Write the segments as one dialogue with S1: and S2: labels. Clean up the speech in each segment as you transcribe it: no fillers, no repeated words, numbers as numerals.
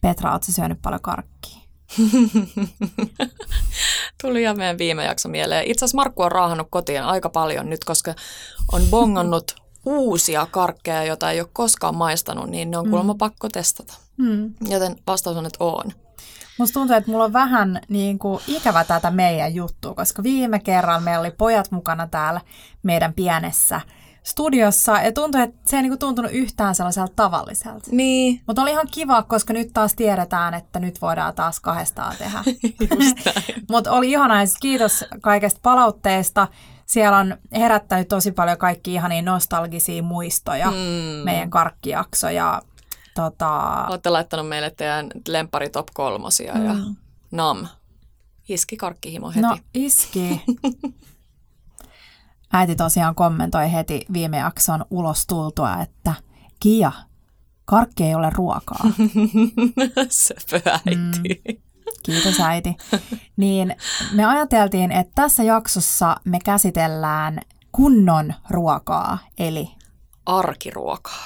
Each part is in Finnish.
S1: Petra, ootko syönyt paljon karkkia?
S2: Tuli ihan meidän viime jakso mieleen. Itse asiassa Markku on raahannut kotiin aika paljon nyt, koska on bongannut uusia karkkeja, joita ei ole koskaan maistanut, niin ne on kuulemma pakko testata. Joten vastaus on, että on.
S1: Musta tuntuu, että mulla on vähän niin kuin ikävä tätä meidän juttua, koska viime kerralla meillä oli pojat mukana täällä meidän pienessä studiossa, ja tuntui, että se ei niin kuin tuntunut yhtään sellaiselta tavalliselta.
S2: Niin.
S1: Mutta oli ihan kiva, koska nyt taas tiedetään, että nyt voidaan taas kahdestaan tehdä. Mutta oli ihanaa, kiitos kaikesta palautteesta. Siellä on herättänyt tosi paljon kaikki ihania nostalgisia muistoja, meidän karkkijaksoja.
S2: Olette laittanut meille teidän lemppari top 3 ja nam. Iski karkkihimo heti.
S1: No iski. Äiti tosiaan kommentoi heti viime jakson ulos tultua, että Kia, karkki ei ole ruokaa.
S2: Söpö äiti.
S1: Kiitos äiti. Niin me ajateltiin, että tässä jaksossa me käsitellään kunnon ruokaa, eli
S2: arkiruokaa.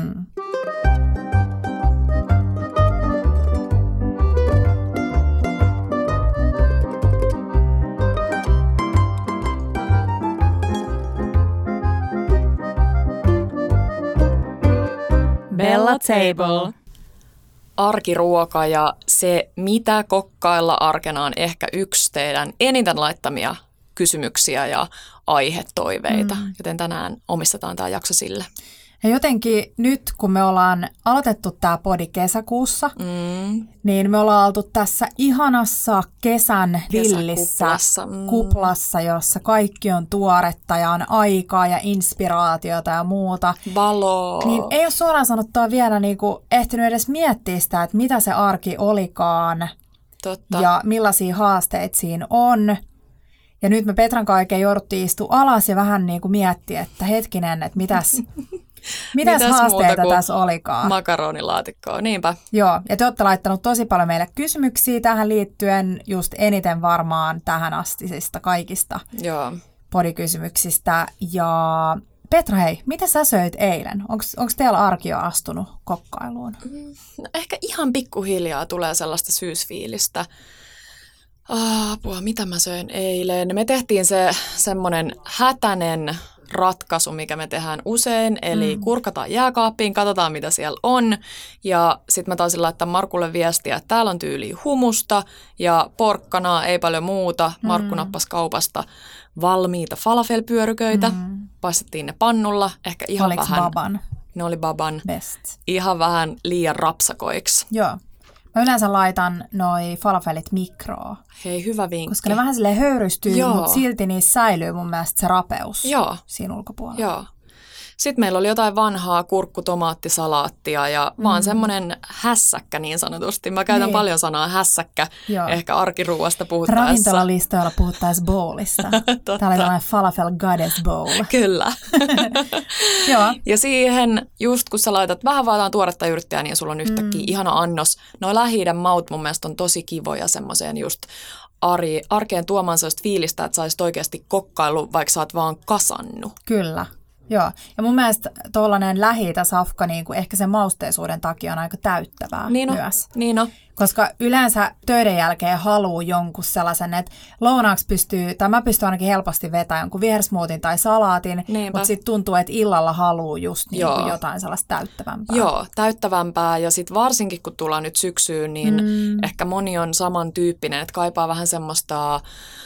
S1: Bella Table.
S2: Arkiruoka ja se, mitä kokkailla arkena, on ehkä yksi teidän eniten laittamia kysymyksiä ja aihetoiveita. Joten tänään omistetaan tämä jakso sille.
S1: Ja jotenkin nyt, kun me ollaan aloitettu tämä podi kesäkuussa, niin me ollaan oltu tässä ihanassa kesän villissä kuplassa, jossa kaikki on tuoretta ja on aikaa ja inspiraatiota ja muuta.
S2: Valoa.
S1: Niin ei ole suoraan sanottua vielä niinku ehtinyt edes miettiä sitä, että mitä se arki olikaan.
S2: Totta.
S1: Ja millaisia haasteita siinä on. Ja nyt me Petran kanssa oikein jouduttiin istua alas ja vähän niinku miettiä, että hetkinen, että mitäs haasteita tässä olikaan?
S2: Makaronilaatikkoa, niinpä.
S1: Joo, ja te olette laittanut tosi paljon meille kysymyksiä tähän liittyen, just eniten varmaan tähän astisista kaikista podikysymyksistä. Ja Petra, hei, mitä sä söit eilen? Onko teillä arki jo astunut kokkailuun?
S2: No, ehkä ihan pikkuhiljaa tulee sellaista syysfiilistä. Apua, mitä mä söin eilen? Me tehtiin semmoinen hätäinen ratkaisu, mikä me tehdään usein, eli kurkataan jääkaappiin, katsotaan mitä siellä on, ja sitten mä taisin laittaa Markulle viestiä, että täällä on tyyliin humusta ja porkkanaa, ei paljon muuta. Markku nappasi kaupasta valmiita falafelpyöryköitä, paistettiin ne pannulla, ehkä ihan
S1: Oliko
S2: vähän.
S1: baban?
S2: Ne oli baban.
S1: Best.
S2: Ihan vähän liian rapsakoiksi.
S1: Joo. Mä yleensä laitan noi falafelit mikroon.
S2: Hei, hyvä vinkki.
S1: Koska ne vähän silleen höyrystyy, mutta silti niissä säilyy mun mielestä se rapeus siinä ulkopuolella.
S2: Joo. Sitten meillä oli jotain vanhaa kurkkutomaattisalaattia ja vaan semmoinen hässäkkä niin sanotusti. Mä käytän paljon sanaa hässäkkä, ehkä arkiruuasta puhuttaessa.
S1: Ravintolalistoilla puhuttaessa bowlista. Tää oli tällainen falafel goddess bowl.
S2: Kyllä.
S1: Joo.
S2: Ja siihen, just kun sä laitat vähän vaan tuoretta yrttiä, niin sulla on yhtäkkiä ihana annos. Noi Lähi-idän maut mun mielestä on tosi kivoja semmoiseen just arkeen tuomaan sellaista fiilistä, että sä olisit oikeasti kokkailu, vaikka sä oot vaan kasannut.
S1: Kyllä. Joo, ja mun mielestä tuollainen Lähi-itä safka niin kuin ehkä sen mausteisuuden takia on aika täyttävää myös.
S2: Niin on.
S1: Koska yleensä töiden jälkeen haluaa jonkun sellaisen, että lounaaksi mä pystyn ainakin helposti vetämään jonkun vihersmootin tai salaatin, mutta sitten tuntuu, että illalla haluaa just niin kuin jotain sellaista täyttävämpää.
S2: Joo, täyttävämpää, ja sitten varsinkin kun tullaan nyt syksyyn, niin ehkä moni on samantyyppinen, että kaipaa vähän semmoista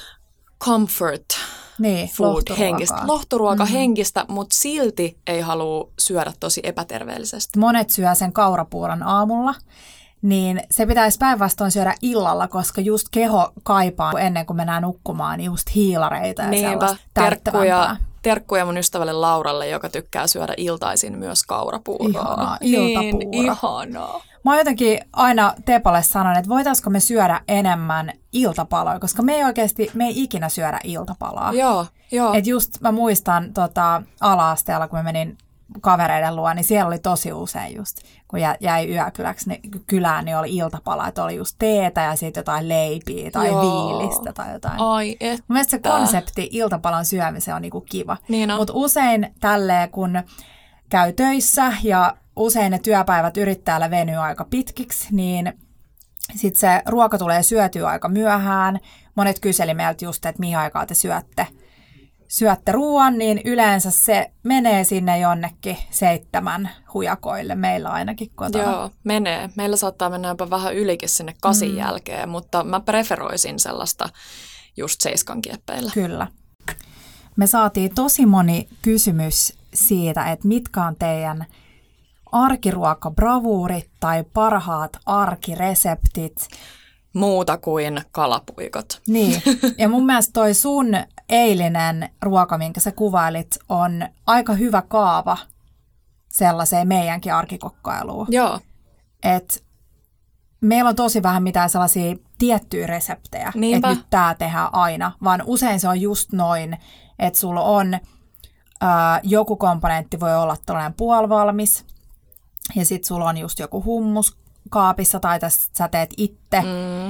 S2: comfort food-henkistä, lohturuoka-henkistä, mutta silti ei halua syödä tosi epäterveellisesti.
S1: Monet syö sen kaurapuuron aamulla, niin se pitäisi päinvastoin syödä illalla, koska just keho kaipaa ennen kuin mennään nukkumaan just hiilareita ja sellaista täyttävämpää.
S2: Terkkuja mun ystävälle Lauralle, joka tykkää syödä iltaisin myös kaurapuuroa.
S1: Ihanaa, iltapuuro.
S2: Niin, ihanaa.
S1: Mä oon jotenkin aina Tepalle sanon, että voitaisiko me syödä enemmän iltapaloja, koska me ei ikinä syödä iltapalaa.
S2: Joo.
S1: Et just mä muistan ala-asteella, kun mä menin kavereiden luo, niin siellä oli tosi usein just, kun jäi kylään, niin oli iltapala, että oli just teetä ja sitten jotain leipiä tai viilistä tai jotain.
S2: Ai että.
S1: Mun mielestä se konsepti iltapalan syömiseen on niinku kiva.
S2: Niin on.
S1: Mutta usein tälleen, kun käy töissä ja usein ne työpäivät yrittäjällä venyy aika pitkiksi, niin sitten se ruoka tulee syötyä aika myöhään. Monet kyseli meiltä just, että mihin aikaa te syötte ruoan, niin yleensä se menee sinne jonnekin 7 hujakoille, meillä ainakin kotona.
S2: Joo, menee. Meillä saattaa mennä jopa vähän ylikin sinne 8 jälkeen, mutta mä preferoisin sellaista just 7 kieppeillä.
S1: Kyllä. Me saatiin tosi moni kysymys siitä, että mitkä on teidän arkiruokabravuurit tai parhaat arkireseptit.
S2: Muuta kuin kalapuikot.
S1: Niin, ja mun mielestä toi sun eilinen ruoka, minkä sä kuvailit, on aika hyvä kaava sellaiseen meidänkin arkikokkailuun.
S2: Joo.
S1: Et meillä on tosi vähän mitään sellaisia tiettyjä reseptejä, että nyt tää tehdään aina, vaan usein se on just noin, että sulla on joku komponentti voi olla tällainen puolivalmis, ja sit sulla on just joku hummus kaapissa, tai tässä sä teet itse.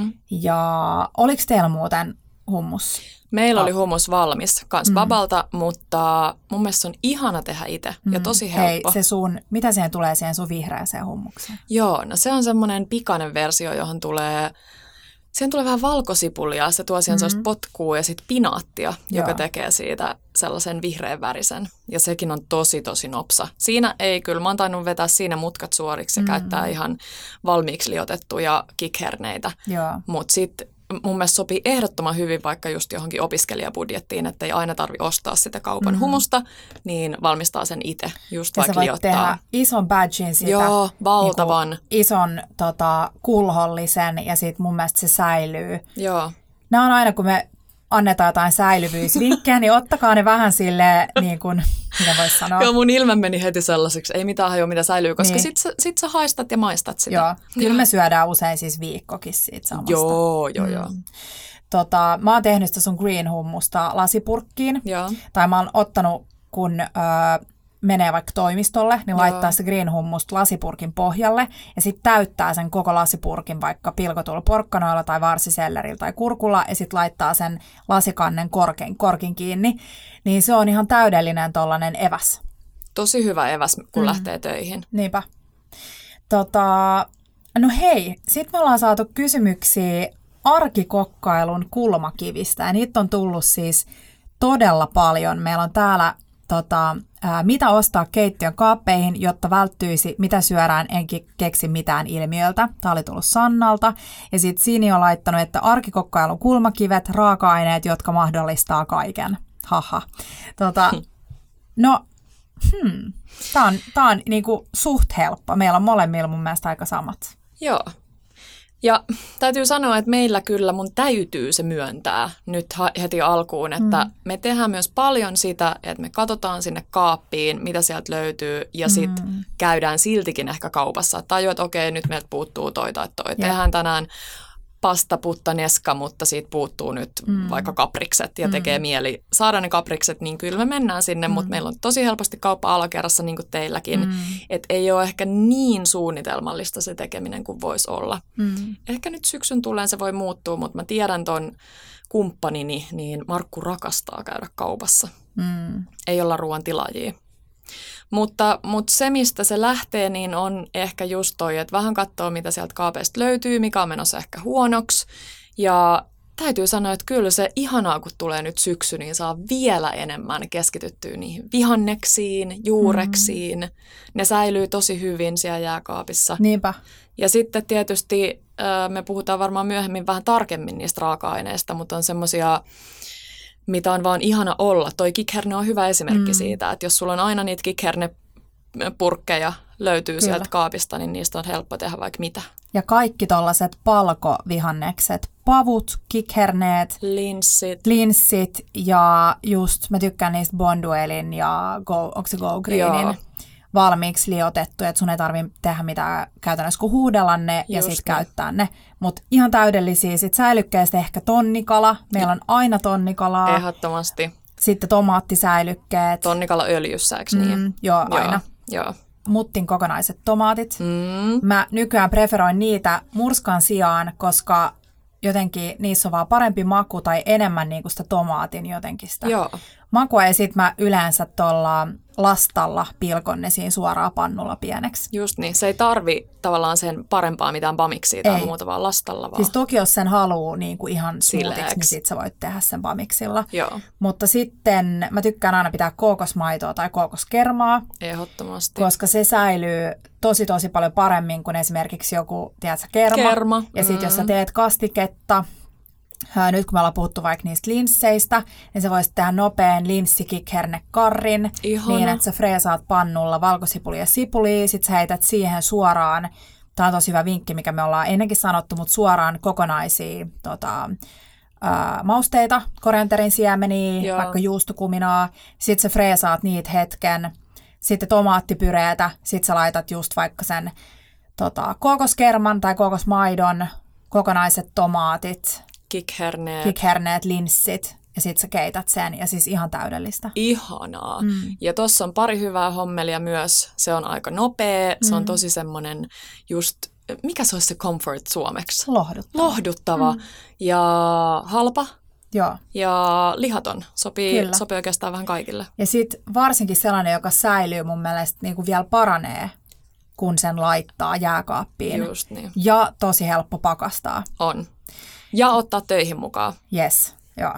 S1: Ja oliko teillä muuten hummus?
S2: Meillä oli hummus valmis kans Babalta, mutta mun mielestä se on ihana tehdä itse ja tosi helppo.
S1: Hei, mitä siihen tulee siihen sun vihreäseen hummukseen?
S2: Joo, no se on semmoinen pikainen versio, siihen tulee vähän valkosipulia, se tuo siihen sellaista potkua ja sitten pinaattia, joka tekee siitä sellaisen vihreän värisen. Ja sekin on tosi, tosi nopsa. Siinä ei kyllä, mä oon tainnut vetää siinä mutkat suoriksi ja käyttää ihan valmiiksi liotettuja kikherneitä. Mutta sitten mun mielestä sopii ehdottoman hyvin vaikka just johonkin opiskelijabudjettiin, että ei aina tarvitse ostaa sitä kaupan humusta, niin valmistaa sen itse, just vaikka liottaa. Ja sä voit
S1: tehdä ison badgin siitä.
S2: Joo, valtavan.
S1: Niin ison kulhollisen ja sitten mun mielestä se säilyy.
S2: Joo.
S1: Nämä on aina, kun me annetaan jotain säilyvyysvinkkejä, niin ottakaa ne vähän silleen, niin kuin, mitä voisi sanoa.
S2: Joo, mun ilme meni heti sellaiseksi, ei mitään hajoa, mitä säilyy, koska sit sä haistat ja maistat sitä.
S1: Joo, kyllä me syödään usein siis viikkokin siitä samasta.
S2: Joo.
S1: Mä oon tehnyt sitä sun green hummusta lasipurkkiin.
S2: Joo.
S1: Tai mä oon ottanut, kun menee vaikka toimistolle, niin laittaa se green hummusta lasipurkin pohjalle ja sitten täyttää sen koko lasipurkin vaikka pilkotulla porkkanoilla tai varsisellerillä tai kurkulla ja sitten laittaa sen lasikannen korkin kiinni. Niin se on ihan täydellinen tollainen eväs.
S2: Tosi hyvä eväs, kun lähtee töihin.
S1: Niinpä. No hei, sitten me ollaan saatu kysymyksiä arkikokkailun kulmakivistä ja niitä on tullut siis todella paljon. Meillä on täällä mitä ostaa keittiön kaappeihin, jotta välttyisi, mitä syödään, enkin keksi mitään ilmiöltä. Tämä oli tullut Sannalta. Ja sitten Sini on laittanut, että arkikokkailun kulmakivet, raaka-aineet, jotka mahdollistaa kaiken. Haha. Tämä on niinku suht helppo. Meillä on molemmilla mun mielestä aika samat.
S2: Joo. Ja täytyy sanoa, että meillä kyllä mun täytyy se myöntää nyt heti alkuun, että me tehdään myös paljon sitä, että me katsotaan sinne kaappiin, mitä sieltä löytyy ja sitten käydään siltikin ehkä kaupassa. Tajua, että okei, nyt meiltä puuttuu toi tai toi. Tehdään tänään pasta puttaneska, mutta siitä puuttuu nyt vaikka kaprikset ja tekee mieli saada ne kaprikset, niin kyllä me mennään sinne, mutta meillä on tosi helposti kauppa alakerrassa niin kuin teilläkin, että ei ole ehkä niin suunnitelmallista se tekeminen kuin voisi olla. Ehkä nyt syksyn tulleen se voi muuttua, mutta mä tiedän ton kumppanini, niin Markku rakastaa käydä kaupassa. Ei olla ruoan tilaajia. Mutta se, mistä se lähtee, niin on ehkä just toi, että vähän katsoo, mitä sieltä kaapeista löytyy, mikä on menossa ehkä huonoksi. Ja täytyy sanoa, että kyllä se ihanaa, kun tulee nyt syksy, niin saa vielä enemmän keskityttyä niihin vihanneksiin, juureksiin. Ne säilyy tosi hyvin siellä jääkaapissa.
S1: Niinpä.
S2: Ja sitten tietysti me puhutaan varmaan myöhemmin vähän tarkemmin niistä raaka-aineista, mutta on semmoisia, mitä on vaan ihana olla. Toi kikherne on hyvä esimerkki siitä, että jos sulla on aina niitä kikherne-purkkeja löytyy sieltä kaapista, niin niistä on helppo tehdä vaikka mitä. Ja
S1: kaikki tollaset palkovihannekset, pavut, kikherneet, linssit ja just mä tykkään niistä Bonduelin ja onko se Go Greenin valmiiksi liotettu, että sun ei tarvitse tehdä mitään käytännössä kuin huudella ne ja sitten käyttää ne. Mutta ihan täydellisiä. Sitten säilykkeistä ehkä tonnikala. Meillä on aina tonnikalaa.
S2: Ehdottomasti.
S1: Sitten tomaattisäilykkeet.
S2: Tonnikala öljyssä, eikö niin?
S1: Joo, aina.
S2: Joo.
S1: Muttin kokonaiset tomaatit. Mä nykyään preferoin niitä murskan sijaan, koska jotenkin, niissä on vaan parempi maku tai enemmän niinku sitä tomaatin jotenkin sitä
S2: Joo.
S1: makua. Ja sit mä yleensä tuolla lastalla pilkon ne siinä suoraan pannulla pieneksi.
S2: Just niin. Se ei tarvi tavallaan sen parempaa mitään bamiksia tai muuta, vaan lastalla vaan.
S1: Siis toki jos sen haluaa niinku ihan smoothiksi, niin sit sä voit tehdä sen bamiksilla.
S2: Joo.
S1: Mutta sitten mä tykkään aina pitää kookosmaitoa tai kookoskermaa.
S2: Ehdottomasti.
S1: Koska se säilyy tosi paljon paremmin kuin esimerkiksi joku, tiedätkö, kerma. Ja sitten jos sä teet kastiketta, nyt kun me ollaan puhuttu vaikka niistä linsseistä, niin sä voisit tehdä nopean linssikikhernekarrin, niin että sä freesaat pannulla valkosipulia ja sipulia, sit sä heität siihen suoraan, tää on tosi hyvä vinkki, mikä me ollaan ennenkin sanottu, mutta suoraan kokonaisia mausteita, korianterin siemeniä, vaikka juustokuminaa, sit sä freesaat niitä hetken, sitten tomaattipyreetä, sit sä laitat just vaikka sen kookoskerman tai kookosmaidon, kokonaiset tomaatit, kikherneet, linssit, ja sit sä keität sen, ja siis ihan täydellistä.
S2: Ihanaa. Ja tossa on pari hyvää hommelia myös. Se on aika nopea, se on tosi semmonen just, mikä se olisi se comfort suomeksi? Lohduttava. Ja halpa.
S1: Joo.
S2: Ja lihaton. Sopii oikeastaan vähän kaikille.
S1: Ja sitten varsinkin sellainen, joka säilyy mun mielestä niin kuin vielä paranee, kun sen laittaa jääkaappiin.
S2: Just niin.
S1: Ja tosi helppo pakastaa.
S2: On. Ja ottaa töihin mukaan.
S1: Yes, joo.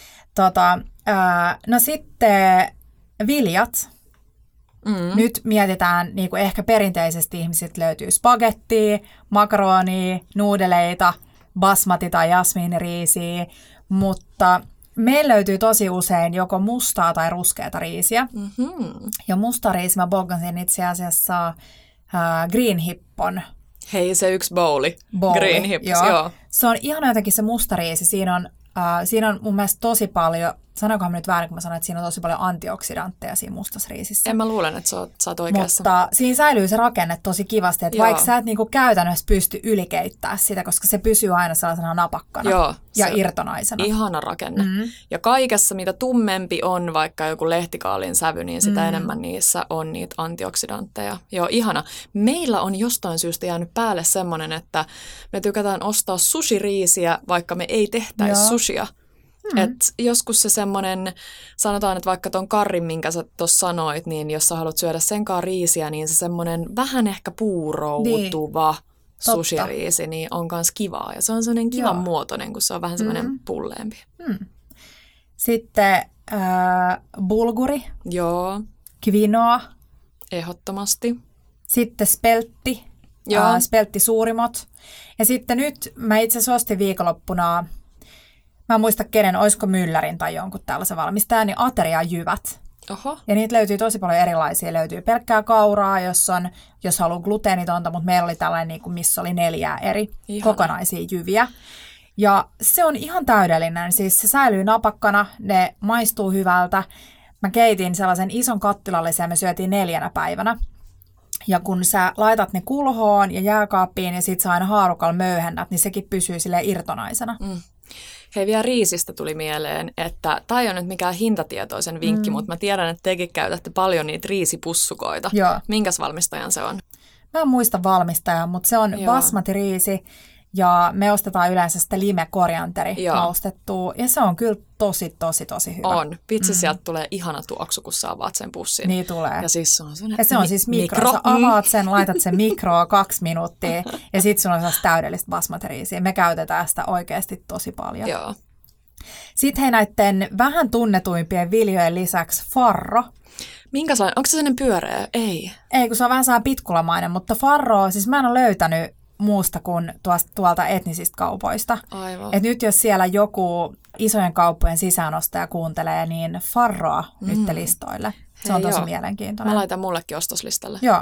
S1: No sitten viljat. Nyt mietitään, niin kuin ehkä perinteisesti ihmiset löytyy spagettia, makaronia, nuudeleita, basmati- tai jasmiiniriisiä, mutta meillä löytyy tosi usein joko mustaa tai ruskeata riisiä. Ja musta riisi mä boggasin itse asiassa Green Hippon.
S2: Hei, se yksi bowli. Green Hippos, joo.
S1: Se on ihan jotenkin se musta riisi. Siinä on mun mielestä tosi paljon, sanoinkohan nyt väärin, kun mä sanoin, että siinä on tosi paljon antioksidantteja siinä mustassa riisissä.
S2: En mä luulen, että sä oot oikeassa.
S1: Mutta siinä säilyy se rakenne tosi kivasti, että vaikka sä et niinku käytännössä pysty ylikeittämään sitä, koska se pysyy aina sellaisena napakkana ja irtonaisena.
S2: Ihana rakenne. Ja kaikessa, mitä tummempi on vaikka joku lehtikaalin sävy, niin sitä enemmän niissä on niitä antioksidantteja. Joo, ihana. Meillä on jostain syystä jäänyt päälle semmoinen, että me tykätään ostaa sushiriisiä, vaikka me ei tehtäisi sushia. Et joskus se semmoinen, sanotaan, että vaikka ton karrin, minkä sä tuossa sanoit, niin jos sä haluat syödä senkaan riisiä, niin se semmoinen vähän ehkä puuroutuva sushiriisi, niin on kans kivaa. Ja se on semmoinen kivan muotoinen, kun se on vähän semmoinen pulleempi.
S1: Sitten bulguri.
S2: Joo.
S1: Quinoa.
S2: Ehdottomasti.
S1: Sitten speltti. Spelttisuurimot. Ja sitten nyt mä itse asiassa ostin viikonloppuna, mä en muista kenen, olisiko Myllärin tai jonkun tällaisen valmistaja, niin ateriajyvät.
S2: Oho.
S1: Ja niitä löytyy tosi paljon erilaisia. Löytyy pelkkää kauraa, jos haluaa gluteenitonta, mutta meillä oli tällainen, missä oli 4 eri kokonaisia jyviä. Ja se on ihan täydellinen. Siis se säilyy napakkana, ne maistuu hyvältä. Mä keitin sellaisen ison kattilallisen ja me syötiin 4 päivänä. Ja kun sä laitat ne kulhoon ja jääkaappiin ja sit sä aina haarukalla möyhennät, niin sekin pysyy silleen irtonaisena.
S2: Hei, vielä riisistä tuli mieleen, että tämä ei ole nyt mikään hintatietoisen vinkki, mutta mä tiedän, että tekin käytätte paljon niitä riisipussukoita.
S1: Joo.
S2: Minkäs valmistajan se on?
S1: Mä en muista valmistajaa, mutta se on basmati-riisi ja me ostetaan yleensä sitä lime-korianteri maustettua ja se on kyllä tosi hyvä.
S2: On. Vitsi, sieltä tulee ihana tuoksu, kun sä avaat sen pussin.
S1: Niin tulee.
S2: Ja siis
S1: se on siis mikro. Sä avaat sen, laitat sen mikroon 2 minuuttia ja sit sulla on sellaista täydellistä basmati-riisiä. Me käytetään sitä oikeasti tosi paljon.
S2: Joo.
S1: Sitten hei näiden vähän tunnetuimpien viljojen lisäksi farro.
S2: Minkälainen? Onko se sellainen pyöreä? Ei.
S1: Ei, kun se on vähän sellainen pitkulamainen, mutta farro, siis mä en ole löytänyt muusta kuin tuolta etnisistä kaupoista.
S2: Aivan.
S1: Et nyt jos siellä joku isojen kauppojen sisäänostaja kuuntelee, niin farroa nyt listoille. Se on tosi mielenkiintoinen.
S2: Mä laitan mullekin ostoslistalle.
S1: Joo.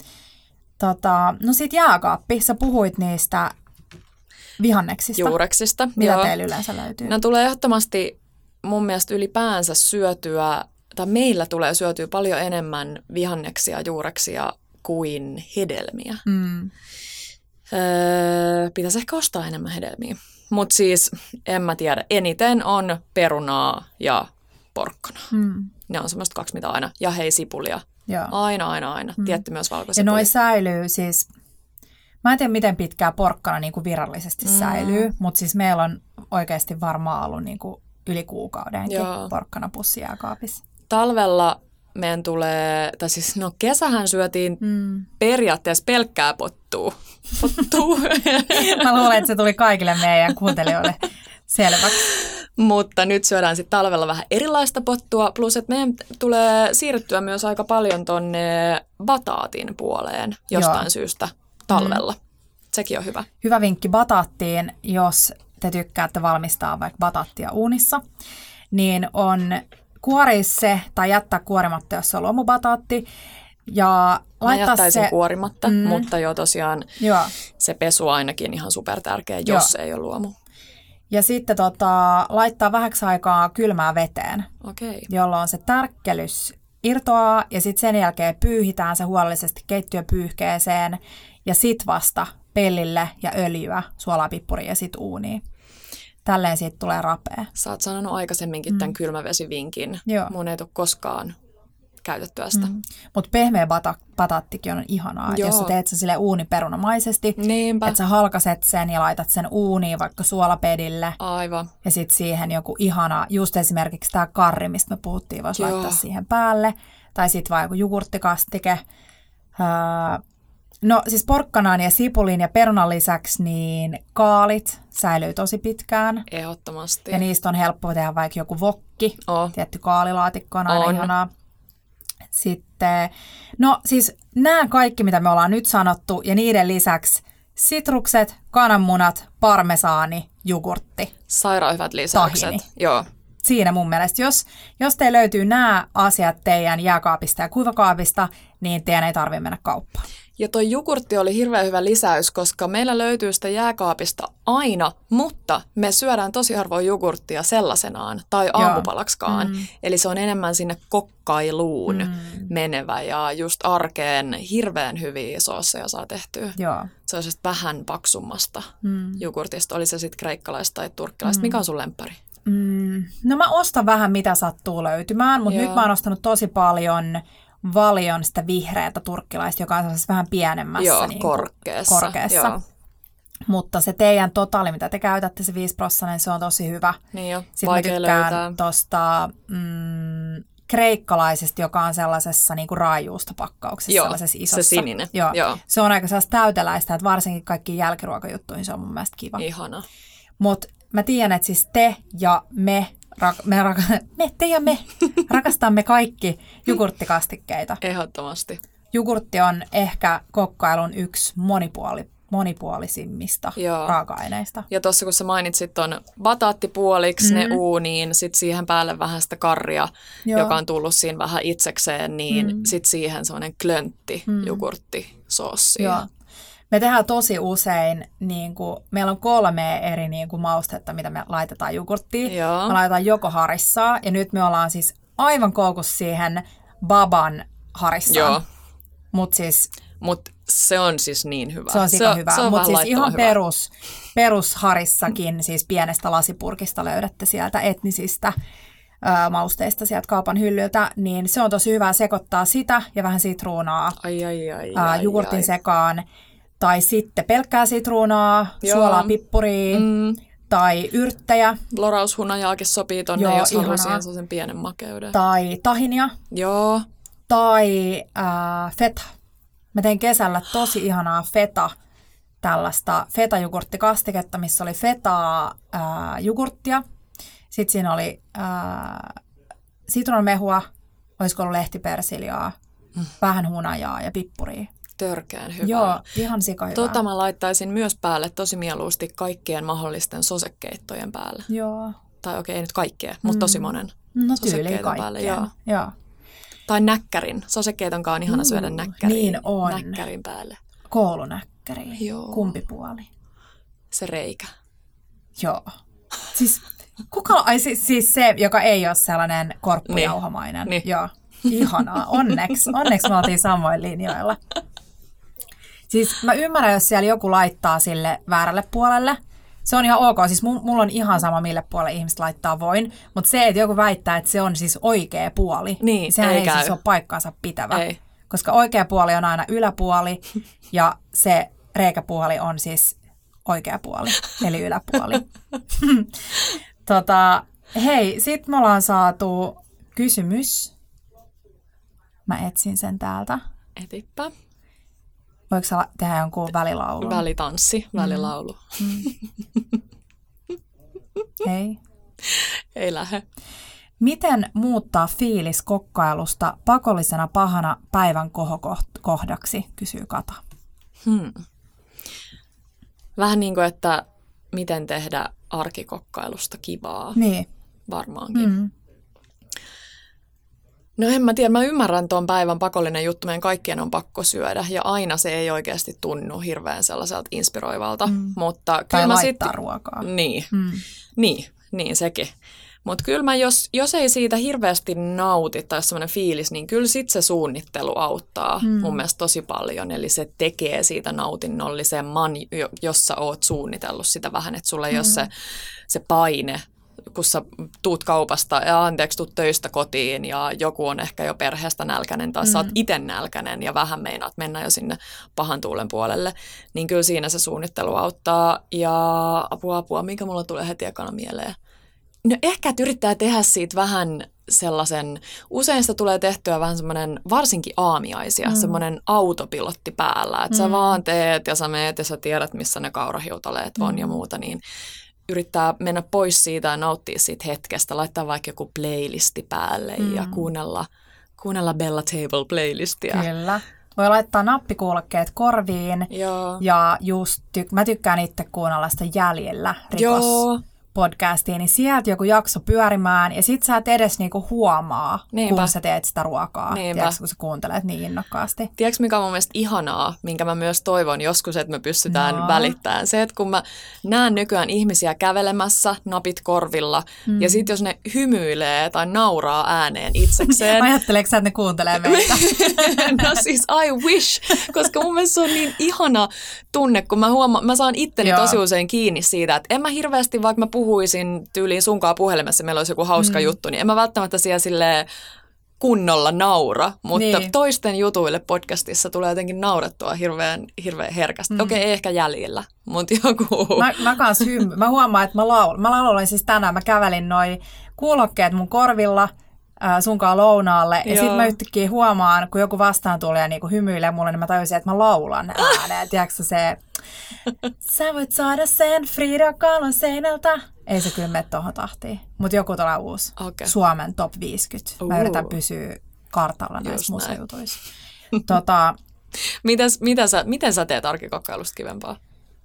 S1: No sit jääkaappi. Sä puhuit niistä vihanneksista.
S2: Juureksista.
S1: Mitä teillä yleensä löytyy?
S2: No tulee ehdottomasti mun mielestä ylipäänsä syötyä, tai meillä tulee syötyä paljon enemmän vihanneksia, juureksia kuin hedelmiä. Pitäisi ehkä ostaa enemmän hedelmiä. Mutta siis, en mä tiedä, eniten on perunaa ja porkkanaa. Ne on semmoista 2, mitä aina. Ja hei, sipulia. Joo. Aina. Tietty myös valkosipulia.
S1: Ja noi säilyy siis, Mä en tiedä, miten pitkään porkkana niin kuin virallisesti säilyy, mutta siis meillä on oikeasti varmaan ollut niin kuin yli kuukaudenkin porkkanapussi jääkaapissa.
S2: Talvella meidän tulee, tai siis kesähän syötiin periaatteessa pelkkää pottua.
S1: Mä luulen, että se tuli kaikille meidän kuuntelijoille selväksi.
S2: Mutta nyt syödään sitten talvella vähän erilaista pottua, plus että meidän tulee siirtyä myös aika paljon tonne bataatin puoleen jostain syystä talvella. Sekin on hyvä.
S1: Hyvä vinkki bataattiin, jos te tykkäätte valmistaa vaikka bataattia uunissa, niin on kuoria se tai jättää kuorimatta, jos se on luomubataatti. Ja
S2: mä jättäisin kuorimatta, mutta tosiaan se pesu ainakin ihan super tärkeä, jos ei ole luomu.
S1: Ja sitten laittaa vähäksi aikaa kylmää veteen, jolloin se tärkkelys irtoaa ja sitten sen jälkeen pyyhitään se huolellisesti keittiöpyyhkeeseen ja sitten vasta pellille ja öljyä, suolaa, pippuria ja sitten uuniin. Tälleen siitä tulee rapea.
S2: Sä oot sanonut aikaisemminkin tämän kylmävesivinkin. Mun ei tule koskaan käytettyä sitä.
S1: Mutta pehmeä bataattikin on ihanaa. Jos sä teet sen sille uuniperunamaisesti, että sä halkaset sen ja laitat sen uuniin vaikka suolapedille.
S2: Aivan.
S1: Ja sitten siihen joku ihana, just esimerkiksi tämä karri, mistä me puhuttiin, voisi laittaa siihen päälle. Tai sitten vaan joku jogurttikastike. No siis porkkanaan ja sipulin ja perunan lisäksi niin kaalit säilyy tosi pitkään.
S2: Ehdottomasti.
S1: Ja niistä on helppo tehdä vaikka joku wokki. Tietty kaalilaatikko on aina ihanaa. Sitten, no siis nämä kaikki, mitä me ollaan nyt sanottu, ja niiden lisäksi sitrukset, kananmunat, parmesaani, jogurtti.
S2: Sairaan hyvät lisäykset.
S1: Tahini.
S2: Joo.
S1: Siinä mun mielestä, jos teillä löytyy nämä asiat teidän jääkaapista ja kuivakaapista, niin teidän ei tarvitse mennä kauppaan.
S2: Ja toi jogurtti oli hirveän hyvä lisäys, koska meillä löytyy sitä jääkaapista aina, mutta me syödään tosi harvoin jogurttia sellaisenaan tai aamupalaksikaan. Eli se on enemmän sinne kokkailuun menevä ja just arkeen hirveän hyviä soosseja saa tehtyä.
S1: Joo.
S2: Se on vähän paksummasta jogurtista, oli se sitten kreikkalaista tai turkkilaista. Mikä on sun lemppari?
S1: No mä ostan vähän mitä sattuu löytymään, mutta nyt mä oon ostanut tosi paljon Valion sitä vihreätä turkkilaista, joka on vähän pienemmässä niin korkeassa. Joo. Mutta se teidän totaali, mitä te käytätte, se 5%, niin se on tosi hyvä.
S2: Niin jo,
S1: sitten mä tykkään tuosta kreikkalaisesta, joka on sellaisessa niin kuin raajuustopakkauksessa, sellaisessa isossa.
S2: Se sininen.
S1: Joo. Se on aika sellaista täyteläistä, että varsinkin kaikkiin jälkiruokajuttuihin se on mun mielestä kiva.
S2: Ihana.
S1: Mutta mä tiedän, että siis te ja me rakastamme kaikki jogurttikastikkeita.
S2: Ehdottomasti.
S1: Jogurtti on ehkä kokkailun yksi monipuolisimmista raaka-aineista.
S2: Ja tuossa kun sä mainitsit ton bataattipuoliksi, ne uuniin, sit siihen päälle vähän sitä karria, joka on tullut siinä vähän itsekseen, niin sit siihen semmoinen klöntti jogurttisoossi.
S1: Joo. Me tehdään tosi usein, niin kuin, meillä on 3 eri niin kuin, maustetta, mitä me laitetaan jogurttiin.
S2: Joo.
S1: Me laitetaan joko harissaa, ja nyt me ollaan siis aivan koukussa siihen baban harissaan.
S2: Mutta se on siis niin hyvä.
S1: Se on sika hyvä, mutta siis ihan perusharissakin, siis pienestä lasipurkista löydätte sieltä etnisistä mausteista sieltä kaupan hyllyltä, niin se on tosi hyvä sekoittaa sitä ja vähän sitruunaa jogurtin sekaan. Tai sitten pelkkää sitruunaa, suolaa, pippuria tai yrttejä.
S2: Loraushunajaakin sopii tonne, jos haluaa siihen sen pienen makeuden.
S1: Tai tahinia.
S2: Joo.
S1: Tai feta. Mä tein kesällä tosi ihanaa tällaista feta-jogurttikastiketta, missä oli fetaa jogurttia. Sitten siinä oli sitruunamehua, olisiko ollut lehtipersiljaa, vähän hunajaa ja pippuria.
S2: Törkeän hyvää.
S1: Joo, ihan sikahyvää.
S2: Mä laittaisin myös päälle tosi mieluusti kaikkien mahdollisten sosekeittojen päälle.
S1: Joo.
S2: Tai okei, ei nyt kaikkea, mutta tosi monen
S1: sosekeiton päälle. Joo.
S2: Tai näkkärin. Sosekeitonkaan on ihana syödä näkkärin.
S1: Niin on.
S2: Näkkärin päälle.
S1: Koulunäkkäri.
S2: Joo.
S1: Kumpi puoli?
S2: Se reikä.
S1: Joo. Siis siis se, joka ei ole sellainen korppujauhamainen.
S2: Niin.
S1: Joo. Ihanaa. Onneksi me oltiin samoin linjoilla. Siis mä ymmärrän, jos siellä joku laittaa sille väärälle puolelle. Se on ihan ok. Siis mulla on ihan sama, mille puolelle ihmiset laittaa voin. Mutta se, että joku väittää, että se on siis oikea puoli,
S2: niin
S1: sehän ei siis ole paikkaansa pitävä.
S2: Ei.
S1: Koska oikea puoli on aina yläpuoli ja se reikäpuoli on siis oikea puoli, eli yläpuoli. Hei, sit me ollaan saatu kysymys. Mä etsin sen täältä.
S2: Etipä.
S1: Voiko sä tehdä jonkun välilaulun?
S2: Välitanssi, välilaulu.
S1: Ei.
S2: Ei lähde.
S1: Miten muuttaa fiilis kokkailusta pakollisena pahana päivän kohokohdaksi, kysyy Kata.
S2: Vähän niin kuin, että miten tehdä arkikokkailusta kivaa.
S1: Niin.
S2: Varmaankin. No en mä tiedä, mä ymmärrän tuon päivän pakollinen juttu, meidän kaikkien on pakko syödä ja aina se ei oikeasti tunnu hirveän sellaiselta inspiroivalta. Mutta
S1: tai laittaa ruokaa.
S2: Niin sekin. Mutta kyllä mä, jos ei siitä hirveästi nauti tai semmoinen fiilis, niin kyllä sit se suunnittelu auttaa mun mielestä tosi paljon. Eli se tekee siitä nautinnollisemman, jos sä oot suunnitellut sitä vähän, että sulla ei ole se paine, kun sä tuut kaupasta ja tuut töistä kotiin ja joku on ehkä jo perheestä nälkäinen tai sä oot itse nälkäinen ja vähän meinaat mennä jo sinne pahan tuulen puolelle, niin kyllä siinä se suunnittelu auttaa. Ja apua, mikä mulla tulee heti ekana mieleen? No ehkä, että yrittää tehdä siitä vähän sellaisen, usein sitä tulee tehtyä vähän semmoinen, varsinkin aamiaisia, semmoinen autopilotti päällä, että sä vaan teet ja sä meet ja sä tiedät, missä ne kaurahiutaleet on ja muuta, niin yrittää mennä pois siitä ja nauttia siitä hetkestä, laittaa vaikka joku playlisti päälle ja kuunnella Bella Table playlistia.
S1: Kyllä. Voi laittaa nappikuulokkeet korviin.
S2: Joo.
S1: Ja just mä tykkään itse kuunnella sitä Jäljellä rikospodcastia, niin sieltä joku jakso pyörimään ja sit sä et edes niinku huomaa, kun sä teet sitä ruokaa, tiedätkö, kun sä kuuntelet niin innokkaasti.
S2: Tiedätkö, mikä on mun mielestä ihanaa, minkä mä myös toivon joskus, että me pystytään välittämään? Se, että kun mä näen nykyään ihmisiä kävelemässä, napit korvilla, ja sit jos ne hymyilee tai nauraa ääneen itsekseen.
S1: Ajatteleeko sä, että ne kuuntelee meitä?
S2: No siis I wish, koska mun mielestä se on niin ihana tunne, kun mä saan itteni tosi usein kiinni siitä, että en mä hirveästi, vaikka mä puhuisin tyyliin sunkaan puhelimessa, meillä olisi joku hauska juttu, niin en mä välttämättä siellä silleen kunnolla naura, mutta toisten jutuille podcastissa tulee jotenkin naurettua hirveän herkästi. Okei, ei ehkä Jäljellä, mutta joku.
S1: Mä huomaan, että mä lauloin siis tänään, mä kävelin noi kuulokkeet mun korvilla sunkaan lounaalle, ja sitten mä yhtäkkiä huomaan, kun joku vastaan tulee ja niinku hymyilee mulle, niin mä tajusin, että mä laulan ääneen. Tiedätkö se, sä voit saada sen Frida Kahlon seinältä. Ei se kyllä mene tohon tahtiin, mutta joku tulee uusi. Okay. Suomen top 50. Mä yritän pysyä kartalla näissä musajutuissa.
S2: Miten sä teet arkikokkailusta kivempaa?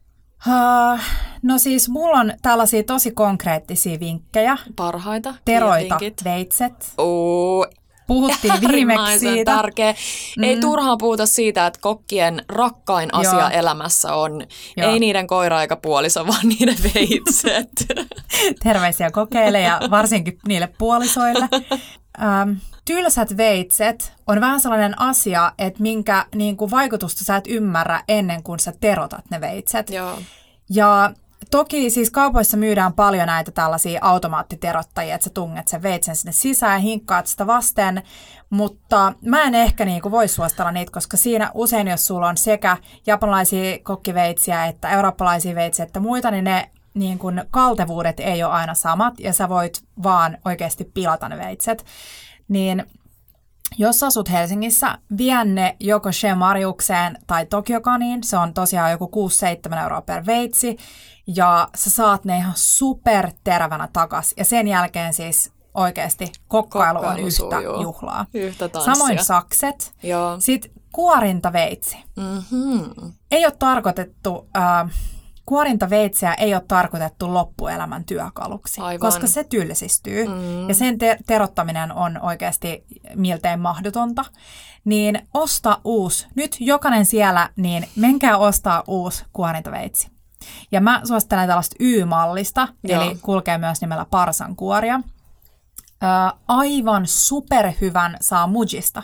S1: No siis mulla on tällaisia tosi konkreettisia vinkkejä.
S2: Parhaita.
S1: Teroita veitset. Puhuttiin viimeksi siitä.
S2: Tärkeä. Ei turhaan puhuta siitä, että kokkien rakkain asia elämässä on ei niiden koira eikä puoliso, vaan niiden veitset.
S1: Terveisiä kokeille ja varsinkin niille puolisoille. Tylsät veitset on vähän sellainen asia, että minkä niin kuin vaikutusta sä et ymmärrä ennen kuin sä terotat ne veitset.
S2: Joo.
S1: Ja toki siis kaupoissa myydään paljon näitä tällaisia automaattiterottajia, että sä tunget sen veitsen sinne sisään ja hinkkaat sitä vasten, mutta mä en ehkä niinku voi suositella niitä, koska siinä usein, jos sulla on sekä japanilaisia kokkiveitsiä että eurooppalaisia veitsiä että muita, niin ne niin kun kaltevuudet ei ole aina samat ja sä voit vaan oikeasti pilata ne veitset. Niin jos asut Helsingissä, vie ne joko She-Mariukseen tai Tokyokaniin, se on tosiaan joku 6-7 euroa per veitsi, ja sä saat ne ihan superterävänä takas. Ja sen jälkeen siis oikeasti kokkailu on yhtä juhlaa.
S2: Yhtä tanssia.
S1: Samoin sakset.
S2: Joo.
S1: Sitten kuorintaveitsi. Ei ole tarkoitettu... Kuorintaveitsiä ei ole tarkoitettu loppuelämän työkaluksi, koska se tylsistyy ja sen terottaminen on oikeasti miltei mahdotonta. Niin osta uusi. Nyt jokainen siellä, niin menkää ostaa uusi kuorintaveitsi. Ja mä suosittelen tällaista Y-mallista, eli kulkee myös nimellä parsankuoria. Aivan superhyvän saa Mujista.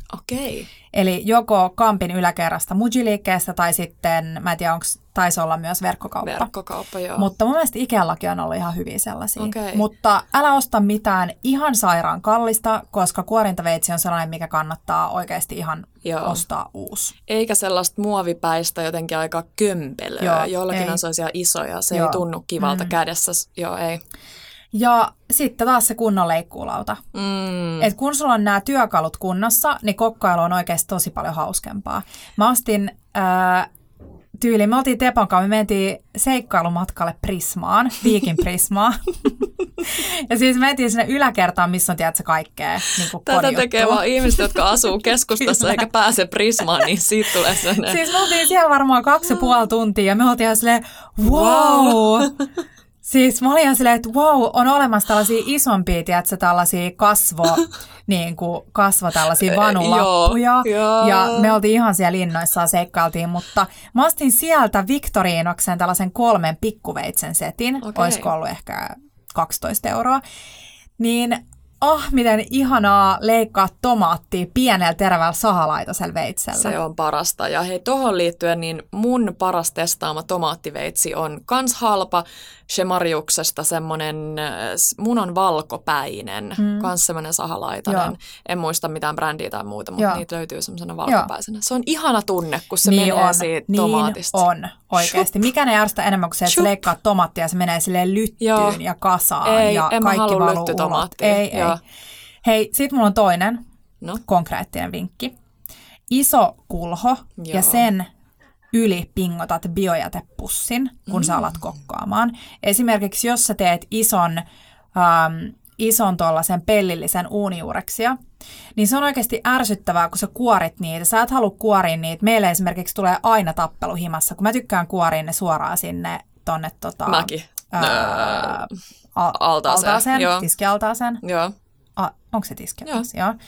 S2: Okei.
S1: Eli joko Kampin yläkerrasta Muji-liikkeestä tai sitten, mä en tiedä, taisi olla myös verkkokauppa.
S2: Verkkokauppa, joo.
S1: Mutta mun mielestä Ikeallakin on ollut ihan hyviä sellaisia.
S2: Okay.
S1: Mutta älä osta mitään ihan sairaan kallista, koska kuorintaveitsi on sellainen, mikä kannattaa oikeasti ihan ostaa uusi.
S2: Eikä sellaista muovipäistä jotenkin aika kömpelöä. Jollakin on sellaisia isoja, se ei tunnu kivalta kädessä. Joo, ei.
S1: Ja sitten taas se kunnon leikkuulauta. Et kun sulla on nämä työkalut kunnossa, niin kokkailu on oikeasti tosi paljon hauskempaa. Mä ostin me oltiin Tepon kanssa, me mentiin seikkailumatkalle Prismaan, Viikin Prismaan. Ja siis mentiin sinne yläkertaan, missä on tiedätkö kaikkea niin
S2: tätä tekee vaan ihmiset, jotka asuu keskustassa eikä pääse Prismaan, niin siitä tulee sellainen.
S1: Siis me oltiin siellä varmaan 2,5 tuntia ja me oltiin ihan silleen, wow! Siis mä olin ihan silleen, että wow, on olemassa tällaisia isompia, tiedätkö, tällaisia kasvo tällaisia vanulappuja. Ja me oltiin ihan siellä innoissaan, seikkailtiin, mutta mä ostin sieltä Victorinoksen tällaisen 3 pikkuveitsen setin. Olisiko ollut ehkä 12 €. Niin miten ihanaa leikkaa tomaattia pienellä terävällä sahalaitosella veitsellä.
S2: Se on parasta. Ja hei, tohon liittyen, niin mun paras testaama tomaattiveitsi on kans halpa Shemariuksesta semmonen munon valkopäinen, kans semmonen sahalaitainen. Joo. En muista mitään brändiä tai muuta, mutta niitä löytyy semmoisena valkopäisenä. Se on ihana tunne, kun se menee siitä tomaatista.
S1: Niin on, oikeasti. Mikä ne ärsyttää enemmän kuin se, että sä tomaattia ja se menee silleen lyttyyn ja kasaan ja kaikki valuu ulos. Ei. Hei, sit mulla on toinen konkreettinen vinkki. Iso kulho ja sen yli pingotat biojätepussin, kun sä alat kokkaamaan. Esimerkiksi jos sä teet ison tuollaisen pellillisen uunijuureksia, niin se on oikeasti ärsyttävää, kun sä kuorit niitä. Sä et halua kuoria niitä. Meille esimerkiksi tulee aina tappelu himassa, kun mä tykkään kuoria ne suoraan sinne tonne
S2: Mäkin. Altaaseen.
S1: Tiskialtaaseen.
S2: Joo.
S1: Onko se tiskialtaaseen? Joo.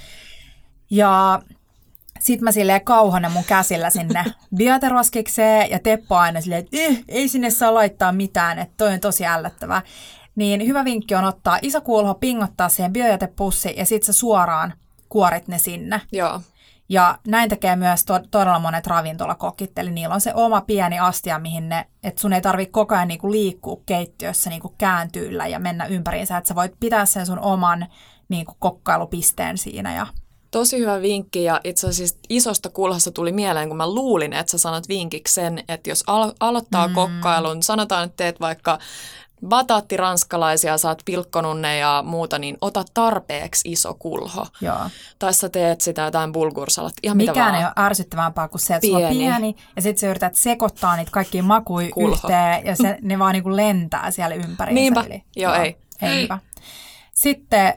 S1: Ja sit mä silleen kauhon ne mun käsillä sinne bioteroskikseen ja Teppo aina silleen, että ei sinne saa laittaa mitään, että toi on tosi ällöttävää. Niin hyvä vinkki on ottaa iso kulho, pingottaa siihen biojätepussi ja sit sä suoraan kuorit ne sinne.
S2: Joo.
S1: Ja näin tekee myös todella monet ravintolakokit, eli niillä on se oma pieni astia, mihin että sun ei tarvitse koko ajan niinku liikkua keittiössä niinku kääntyillä ja mennä ympäriinsä, että sä voit pitää sen sun oman niinku kokkailupisteen siinä. Ja
S2: tosi hyvä vinkki, ja itse asiassa isosta kulhasta tuli mieleen, kun mä luulin, että sä sanot vinkiksi sen, että jos aloittaa kokkailun, sanotaan, että teet vaikka bataattiranskalaisia, sä oot pilkkonut ne ja muuta, niin ota tarpeeksi iso kulho.
S1: Joo.
S2: Tai sä teet sitä jotain bulgursalat, ihan mitä
S1: mikään
S2: vaan.
S1: ei ole ärsyttävämpää kuin se, että sulla on pieni ja sit sä yrität sekoittaa niitä kaikkia makuja yhteen ja ne vaan niinku lentää siellä ympäriinsä.
S2: Niinpä, joo ei.
S1: Ei hyvä. Sitten,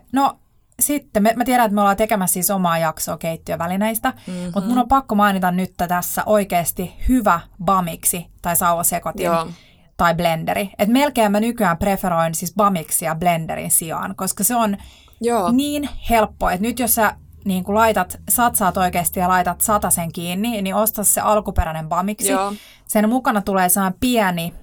S1: mä tiedän, että me ollaan tekemässä siis omaa jaksoa keittiövälineistä, mutta mun on pakko mainita nyt tässä oikeasti hyvä bamiksi tai sauvasekotin. Joo. Tai blenderi. Et melkein mä nykyään preferoin siis bamiksia blenderin sijaan, koska se on niin helppo, että nyt jos sä niin kun satsaat oikeasti ja laitat 100 kiinni, niin osta se alkuperäinen bamiksi. Joo. Sen mukana tulee sellainen pieni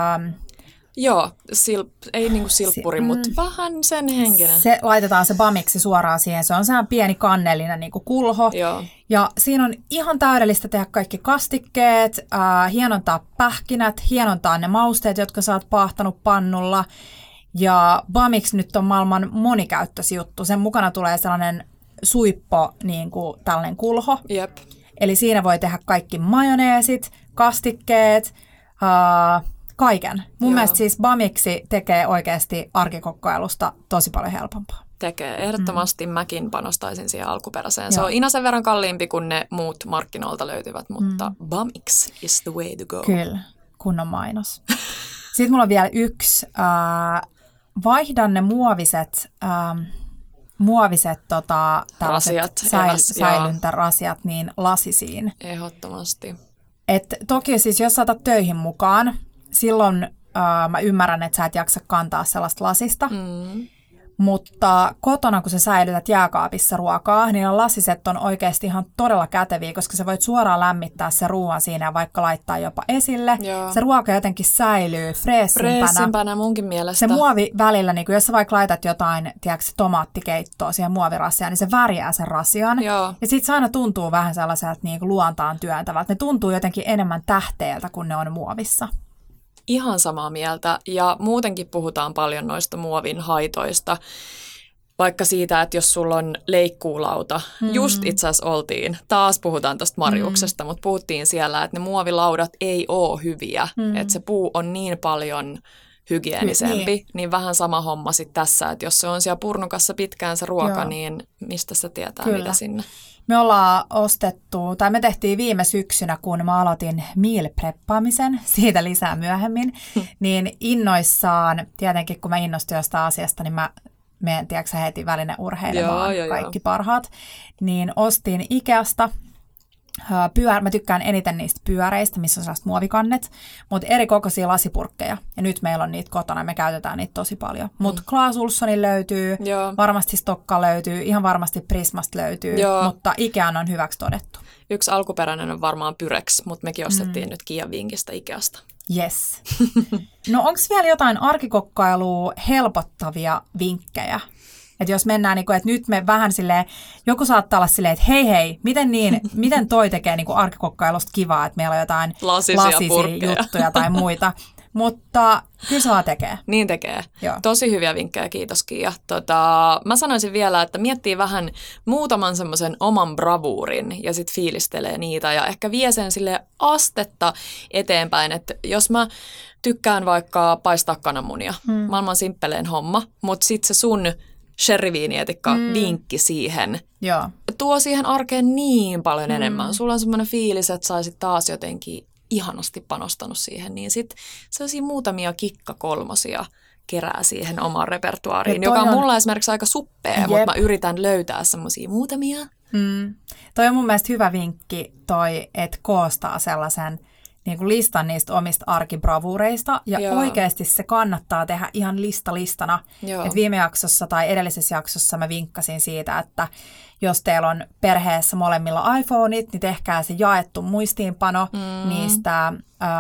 S2: Joo, ei niinku silppuri, mutta vähän sen henkinen.
S1: Se laitetaan se bamiksi suoraan siihen. Se on sehän pieni kannellinen niinku kulho.
S2: Joo.
S1: Ja siinä on ihan täydellistä tehdä kaikki kastikkeet, hienontaa pähkinät, hienontaa ne mausteet, jotka sä oot paahtanut pannulla. Ja bamiksi nyt on maailman monikäyttöisi juttu. Sen mukana tulee sellainen suippo, niinku tällainen kulho.
S2: Jep.
S1: Eli siinä voi tehdä kaikki majoneesit, kastikkeet, kaiken. Mun mielestä siis bamiksi tekee oikeasti arkikokkailusta tosi paljon helpompaa.
S2: Tekee. Ehdottomasti mäkin panostaisin siihen alkuperäiseen. Joo. Se on inasen verran kalliimpi kuin ne muut markkinoilta löytyvät, mutta bamiksi is the way to go.
S1: Kyllä, kunnon mainos. Sitten mulla on vielä yksi. Vaihdan ne muoviset säilyntäasiat niin lasisiin.
S2: Ehdottomasti.
S1: Et toki siis jos saatat töihin mukaan, silloin mä ymmärrän, että sä et jaksa kantaa sellaista lasista. Mutta kotona, kun sä säilytät jääkaapissa ruokaa, niin lasiset on oikeasti ihan todella käteviä, koska sä voit suoraan lämmittää se ruoan siinä ja vaikka laittaa jopa esille. Joo. Se ruoka jotenkin säilyy freesimpänä
S2: munkin mielestä.
S1: Se muovi välillä, niin jos sä vaikka laitat jotain, tiedätkö, tomaattikeittoa siihen muovirasiaan, niin se värjää sen rasian.
S2: Joo.
S1: Ja sit se aina tuntuu vähän sellaiselta niin kuin luontaan työntävältä. Ne tuntuu jotenkin enemmän tähteeltä, kun ne on muovissa.
S2: Ihan samaa mieltä, ja muutenkin puhutaan paljon noista muovin haitoista, vaikka siitä, että jos sulla on leikkuulauta, just itse asiassa taas puhutaan tuosta Marjuksesta, mutta puhuttiin siellä, että ne muovilaudat ei ole hyviä, että se puu on niin paljon hygieenisempi, niin vähän sama homma sitten tässä, että jos se on siellä purnukassa pitkään se ruoka, niin mistä se tietää, mitä sinne?
S1: Me ollaan me tehtiin viime syksynä, kun mä aloitin meal preppaamisen, siitä lisää myöhemmin, niin innoissaan, tietenkin kun mä innostuin jostain asiasta, niin mä menen, tiedätkö heti välineurheilemaan kaikki parhaat, niin ostin Ikeasta. Mä tykkään eniten niistä pyöreistä, missä on sellaiset muovikannet, mutta eri kokoisia lasipurkkeja. Ja nyt meillä on niitä kotona, me käytetään niitä tosi paljon. Mutta Clas Ohlsonin löytyy, varmasti Stokka löytyy, ihan varmasti Prismasta löytyy, mutta Ikean on hyväksi todettu.
S2: Yksi alkuperäinen on varmaan Pyrex, mutta mekin ostettiin nyt Kian vinkistä Ikeasta.
S1: Yes. No onko vielä jotain arkikokkailua helpottavia vinkkejä? Että jos mennään, niin kuin, että nyt me vähän silleen, joku saattaa olla silleen, että hei, miten toi tekee niin kuin arkikokkailusta kivaa, että meillä on jotain lasisia juttuja tai muita. Mutta kyllä se vaan tekee.
S2: Niin tekee. Joo. Tosi hyviä vinkkejä, kiitos Kiia. Mä sanoisin vielä, että miettii vähän muutaman semmoisen oman bravuurin ja sitten fiilistelee niitä ja ehkä vie sen sille astetta eteenpäin, että jos mä tykkään vaikka paistaa kananmunia, maailman simppeleen homma, mutta sitten se sun sherryviinietikka vinkki siihen.
S1: Joo.
S2: Tuo siihen arkeen niin paljon enemmän. Sulla on semmoinen fiilis, että saisit taas jotenkin ihanasti panostanut siihen, niin sitten sellaisia muutamia kikkakolmosia kerää siihen omaan repertuaariin, joka on mulla esimerkiksi aika suppea, mutta mä yritän löytää semmoisia muutamia.
S1: Toi on mun mielestä hyvä vinkki että koostaa sellaisen niin kuin listan niistä omista arkibravuureista, ja oikeasti se kannattaa tehdä ihan listana. Et viime jaksossa tai edellisessä jaksossa mä vinkkasin siitä, että jos teillä on perheessä molemmilla iPhoneit, niin tehkää se jaettu muistiinpano niistä,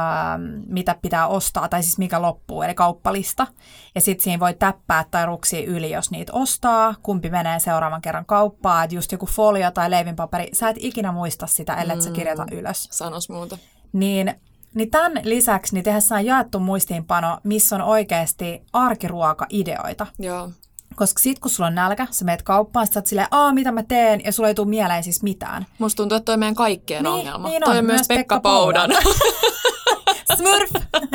S1: mitä pitää ostaa, tai siis mikä loppuu, eli kauppalista. Ja sitten siinä voi täppää tai ruksia yli, jos niitä ostaa, kumpi menee seuraavan kerran kauppaan. Että just joku folio tai leivinpaperi, sä et ikinä muista sitä, ellei sä kirjoita ylös.
S2: Sanos muuta.
S1: Niin tämän lisäksi niin tehdään jaettu muistiinpano, missä on oikeasti arkiruoka-ideoita.
S2: Joo.
S1: Koska sit kun sulla on nälkä, sä meet kauppaan, sä oot silleen, mitä mä teen, ja sulla ei tule mieleen siis mitään.
S2: Musta tuntuu, että toi meidän kaikkien ongelma.
S1: Niin
S2: toi on myös Pekka Poudan.
S1: Smurf!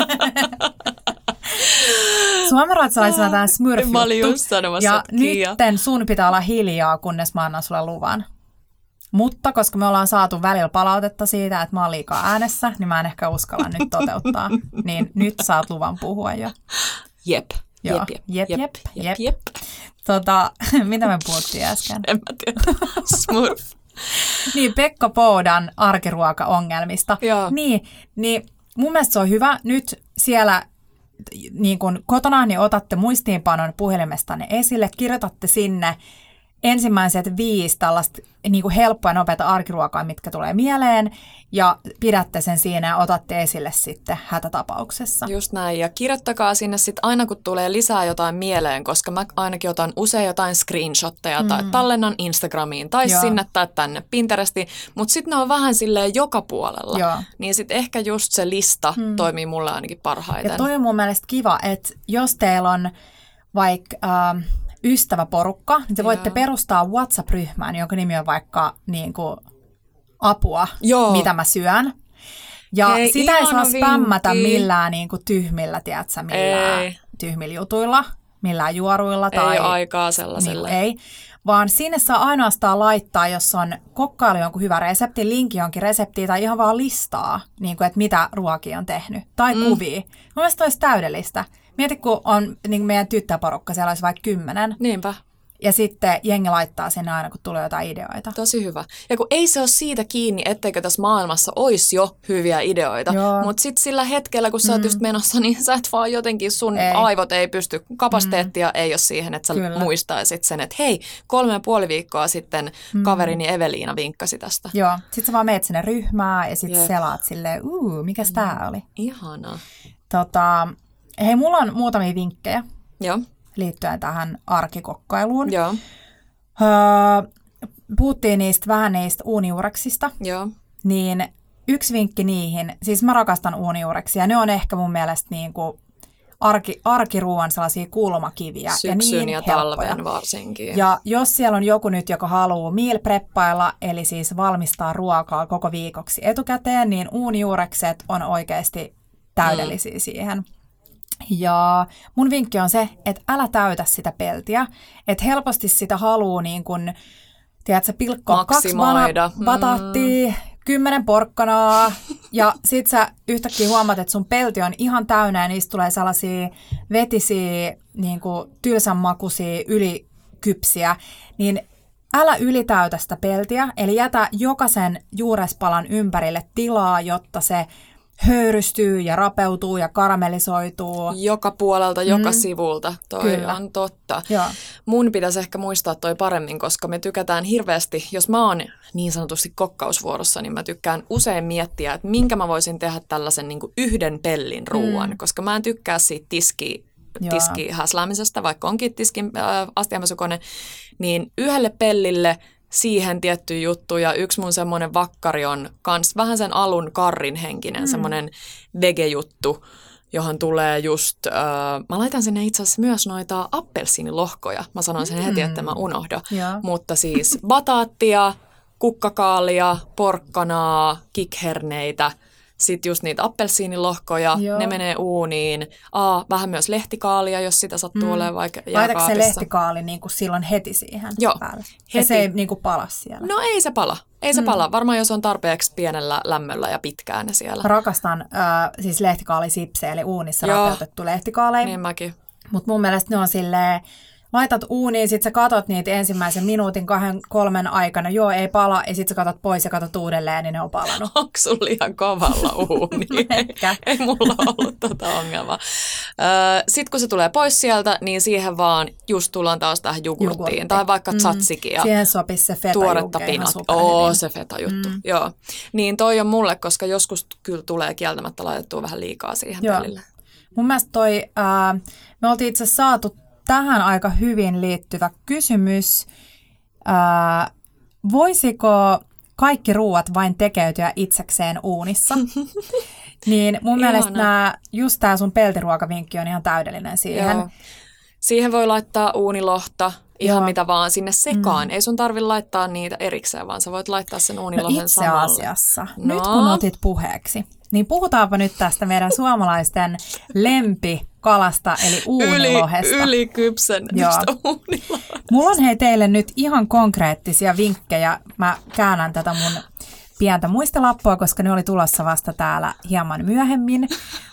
S1: Suomenruotsalaisena tämä Smurf-juttu.
S2: Mä olin just sanomassa,
S1: ja nytten sun pitää olla hiljaa, kunnes mä annan sulle luvan. Mutta koska me ollaan saatu välillä palautetta siitä, että mä oon liikaa äänessä, niin mä en ehkä uskalla nyt toteuttaa. Niin nyt saat luvan puhua jo.
S2: Jep.
S1: Jep. Mitä me puhuttiin äsken?
S2: En mä tiedä. Smurf.
S1: Niin, Pekka Poudan arkiruoka-ongelmista. Niin mun mielestä se on hyvä. Nyt siellä niin kun kotona niin otatte muistiinpanon puhelimestanne esille, kirjoitatte sinne ensimmäiset 5 tällaista niin kuin helppoa ja nopeata arkiruokaa, mitkä tulee mieleen, ja pidätte sen siinä ja otatte esille sitten hätätapauksessa.
S2: Just näin, ja kirjoittakaa sinne sitten aina, kun tulee lisää jotain mieleen, koska mä ainakin otan usein jotain screenshotteja tai tallennan Instagramiin tai sinne tai tänne Pinterestiin, mutta sitten ne on vähän silleen joka puolella. Joo. Niin sitten ehkä just se lista toimii mulle ainakin parhaiten.
S1: Ja toi on mun mielestä kiva, että jos teillä on vaikka ystäväporukka, niin te voitte perustaa WhatsApp-ryhmään, jonka nimi on vaikka niin kuin, apua, mitä mä syön. Ja sitä ei saa spämmätä millään niin kuin, tyhmillä, tiedätkö, millään tyhmillä jutuilla, millään juoruilla. Tai
S2: ei ole aikaa sellaiselle.
S1: Niin, ei, vaan sinne saa ainoastaan laittaa, jos on kokkailu jonkun hyvä resepti, linkki jonkin reseptiin tai ihan vaan listaa, niin kuin, että mitä ruokia on tehnyt. Tai kuvia. Mun mielestä olisi täydellistä. Mieti, kun on niin meidän tyttöporukka, siellä olisi vaikka 10.
S2: Niinpä.
S1: Ja sitten jengi laittaa sen aina, kun tulee jotain ideoita.
S2: Tosi hyvä. Ja kun ei se ole siitä kiinni, etteikö tässä maailmassa olisi jo hyviä ideoita. Mutta sitten sillä hetkellä, kun sä oot just menossa, niin sä et vaan jotenkin, sun aivot ei pysty, kapasiteettia ei ole siihen, että sä muistaisit sen, että hei, 3,5 viikkoa sitten kaverini Eveliina vinkkasi tästä.
S1: Joo, sit sä vaan meet sinne ryhmään ja sit selaat silleen, mikäs tää oli?
S2: Ihanaa.
S1: Hei, mulla on muutamia vinkkejä.
S2: Joo.
S1: Liittyen tähän arkikokkailuun.
S2: Joo.
S1: Puhuttiin vähän niistä uunijuureksista.
S2: Joo.
S1: Niin yksi vinkki niihin, siis mä rakastan uunijuureksia, ne on ehkä mun mielestä niinku arkiruuan sellaisia kulmakiviä.
S2: Syksyn
S1: ja, niin
S2: ja talven varsinkin.
S1: Ja jos siellä on joku nyt, joka haluaa meal preppailla, eli siis valmistaa ruokaa koko viikoksi etukäteen, niin uunijuurekset on oikeasti täydellisiä siihen. Ja mun vinkki on se, että älä täytä sitä peltiä, että helposti sitä haluaa niin kuin, tiedätkö, pilkkoa 2 bataattia, 10 porkkanaa ja sit sä yhtäkkiä huomaat, että sun pelti on ihan täynnä ja niistä tulee sellaisia vetisiä, niin kuin tylsän makuisia, ylikypsiä, niin älä ylitäytä sitä peltiä, eli jätä jokaisen juurespalan ympärille tilaa, jotta se höyrystyy ja rapeutuu ja karamellisoituu.
S2: Joka puolelta, joka sivulta. Toi on totta.
S1: Joo.
S2: Mun pitäisi ehkä muistaa toi paremmin, koska me tykätään hirveästi, jos mä oon niin sanotusti kokkausvuorossa, niin mä tykkään usein miettiä, että minkä mä voisin tehdä tällaisen niin kuin yhden pellin ruuan, koska mä en tykkää siitä tiskihäsläämisestä, vaikka onkin astianpesukone, niin yhdelle pellille siihen tietty juttu, ja yksi mun semmoinen vakkari on kans vähän sen alun karrin henkinen, semmoinen vege-juttu, johon tulee just, mä laitan sinne itse asiassa myös noita appelsiinilohkoja, mä sanoin sen heti, että mä unohdan, mutta siis bataattia, kukkakaalia, porkkanaa, kikherneitä, sitten just niitä appelsiinilohkoja, ne menee uuniin. Vähän myös lehtikaalia, jos sitä sattuu olemaan vaikka jääkaapissa.
S1: Laitatko se lehtikaali niin kuin silloin heti siihen päälle? Heti. Ja se ei niin kuin pala siellä?
S2: No ei se pala. Ei se pala. Varmaan jos on tarpeeksi pienellä lämmöllä ja pitkään ne siellä.
S1: Mä rakastan siis lehtikaalisipsejä, eli uunissa rapeutettu lehtikaaleja.
S2: Niin mäkin.
S1: Mutta mun mielestä ne on silleen, laitat uuniin, sit sä katot niitä ensimmäisen minuutin 2-3 aikana, ei pala, ja sit sä katot pois ja katot uudelleen, niin ne on palannut.
S2: Onko sulla liian kovalla uuni? Ei mulla ollut tota ongelmaa. Sitten kun se tulee pois sieltä, niin siihen vaan just tullaan taas tähän jogurttiin, tai vaikka tzatziki.
S1: Siihen sopisi se feta-jugge ihan superhyvin.
S2: Se feta-juttu, joo. Niin toi on mulle, koska joskus kyllä tulee kieltämättä laitettua vähän liikaa siihen pellille.
S1: Mun mielestä me oltiin itse asiassa saatu tähän aika hyvin liittyvä kysymys. Voisiko kaikki ruuat vain tekeytyä itsekseen uunissa? Niin mun mielestä just tää sun peltiruokavinkki on ihan täydellinen siihen.
S2: Joo. Siihen voi laittaa uunilohta, ihan mitä vaan sinne sekaan. Ei sun tarvitse laittaa niitä erikseen, vaan sä voit laittaa sen uunilohen samalle.
S1: Itse asiassa, nyt kun otit puheeksi, niin puhutaanpa nyt tästä meidän suomalaisten lempikalasta, eli uunilohesta.
S2: Ylikypsennestä uunilohesta.
S1: Mulla on teille nyt ihan konkreettisia vinkkejä. Mä käännän tätä mun pientä muistelappua, koska ne oli tulossa vasta täällä hieman myöhemmin.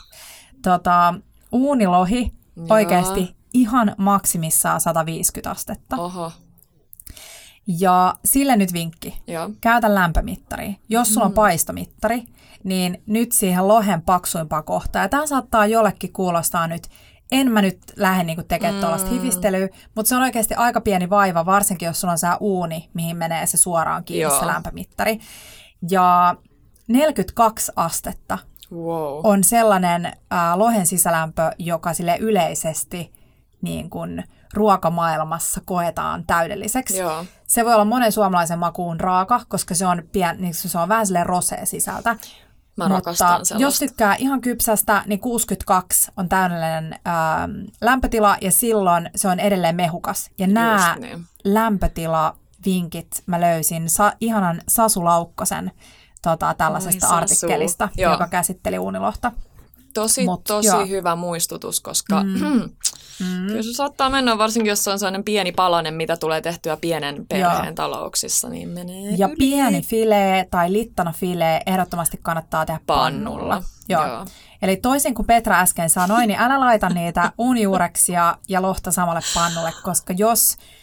S1: Uunilohi oikeasti ihan maksimissaan 150 astetta.
S2: Oho.
S1: Ja sille nyt vinkki.
S2: Joo.
S1: Käytä lämpömittari. Jos sulla on paistomittari, niin nyt siihen lohen paksuimpaa kohtaa. Ja tämä saattaa jollekin kuulostaa nyt, en mä nyt lähde niinku tekemään tuollaista hifistelyä, mutta se on oikeasti aika pieni vaiva, varsinkin jos sulla on se uuni, mihin menee se suoraan kiinni se lämpömittari. Ja 42 astetta on sellainen lohen sisälämpö, joka sille yleisesti niin kuin ruokamaailmassa koetaan täydelliseksi.
S2: Joo.
S1: Se voi olla monen suomalaisen makuun raaka, koska se on, se on vähän silleen rosea sisältä.
S2: Mä rakastan sellaista.
S1: Jos tykkää ihan kypsästä, niin 62 on täydellinen lämpötila ja silloin se on edelleen mehukas. Ja nämä lämpötilavinkit mä löysin ihanan Sasu Laukkasen tällaisesta artikkelista, joka käsitteli uunilohta.
S2: Tosi hyvä muistutus, koska kyllä se saattaa mennä, varsinkin jos on sellainen pieni palanen, mitä tulee tehtyä pienen perheen talouksissa, niin menee
S1: ja yli. Pieni filee tai littana filee ehdottomasti kannattaa tehdä pannulla. Joo. Eli toisin kuin Petra äsken sanoi, niin älä laita niitä uunijuureksia ja lohta samalle pannulle, koska jos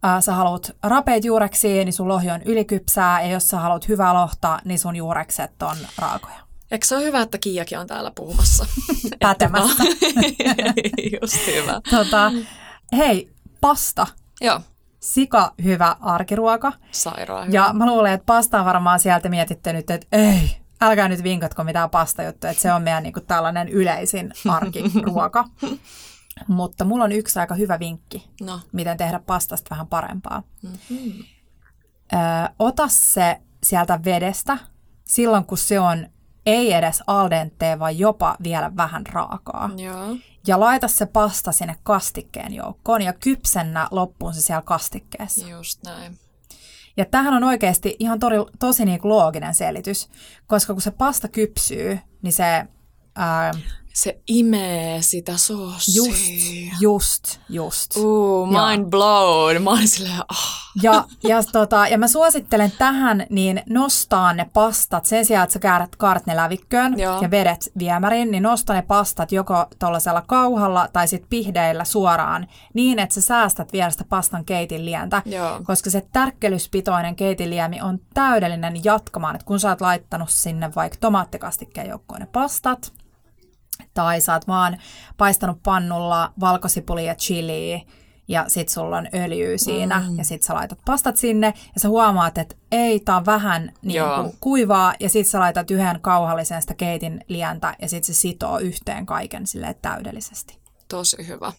S1: sä haluat rapeat juureksia, niin sun lohi on ylikypsää, ja jos sä haluat hyvää lohta, niin sun juurekset on raakoja.
S2: Eikö se ole hyvä, että Kiiakin on täällä puhumassa?
S1: Pätemässä.
S2: Just hyvä.
S1: Hei, pasta.
S2: Joo.
S1: Sika hyvä arkiruoka.
S2: Sairaan hyvä.
S1: Ja mä luulen, että pastaa varmaan sieltä mietitte nyt, että ei, älkää nyt vinkatko mitään pastajuttuja, että se on meidän niinku tällainen yleisin arkiruoka. Mutta mulla on yksi aika hyvä vinkki, miten tehdä pastasta vähän parempaa. Mm-hmm. Ota se sieltä vedestä silloin, kun se on ei edes al dente, vaan jopa vielä vähän raakaa.
S2: Joo.
S1: Ja laita se pasta sinne kastikkeen joukkoon ja kypsennä loppuun se siellä kastikkeessa.
S2: Just näin.
S1: Ja tämähän on oikeasti ihan tosi niin kuin looginen selitys, koska kun se pasta kypsyy, niin se...
S2: se imee sitä soossia.
S1: Just.
S2: Mind blown. Mä olin silleen,
S1: Ja mä suosittelen tähän niin nostaa ne pastat sen sijaan, että sä kaart ne lävikköön ja vedet viemäriin, niin nosta ne pastat joko tuollaisella kauhalla tai sit pihdeillä suoraan niin, että sä säästät vielä sitä pastan keitinlientä, koska se tärkkelyspitoinen keitinliemi on täydellinen jatkamaan, että kun sä oot laittanut sinne vaikka tomaattikastikkeen joukkoon ne pastat, tai sä oot vaan paistanut pannulla valkosipulia ja chiliä, ja sit sulla on öljyä siinä, ja sit sä laitat pastat sinne, ja sä huomaat, että ei, tää on vähän niin kuin kuivaa, ja sit sä laitat yhden kauhallisen sitä keitin lientä, ja sit se sitoo yhteen kaiken silleen täydellisesti.
S2: Tosi hyvä.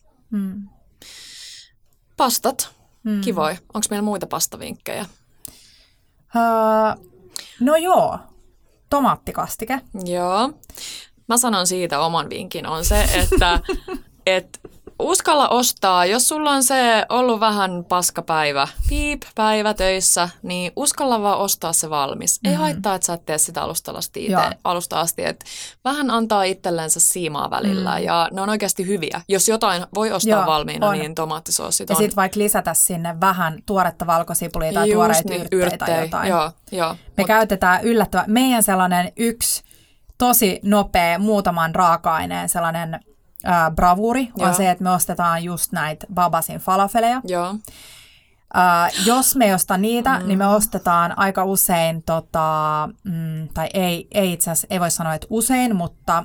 S2: Pastat, kivoi. Onko meillä muita pastavinkkejä?
S1: No joo, tomaattikastike.
S2: Joo. Mä sanon siitä oman vinkin on se, että uskalla ostaa, jos sulla on se ollut vähän paskapäivä, päivä töissä, niin uskalla vaan ostaa se valmis. Ei haittaa, että sä et tee sitä alusta asti, että vähän antaa itsellensä siimaa välillä ja ne on oikeasti hyviä. Jos jotain voi ostaa valmiina, niin tomaattisoosit on.
S1: Ja sitten vaikka lisätä sinne vähän tuoretta valkosipulia tai tuoreita yrttejä tai jotain.
S2: Joo.
S1: Me käytetään yllättävän, meidän sellainen yksi tosi nopea muutaman raaka-aineen sellainen bravuuri on se, että me ostetaan just näitä Babasin falafeleja.
S2: Joo.
S1: Jos me ei osta niitä, niin me ostetaan aika usein, tai ei itse asiassa, ei voi sanoa, että usein, mutta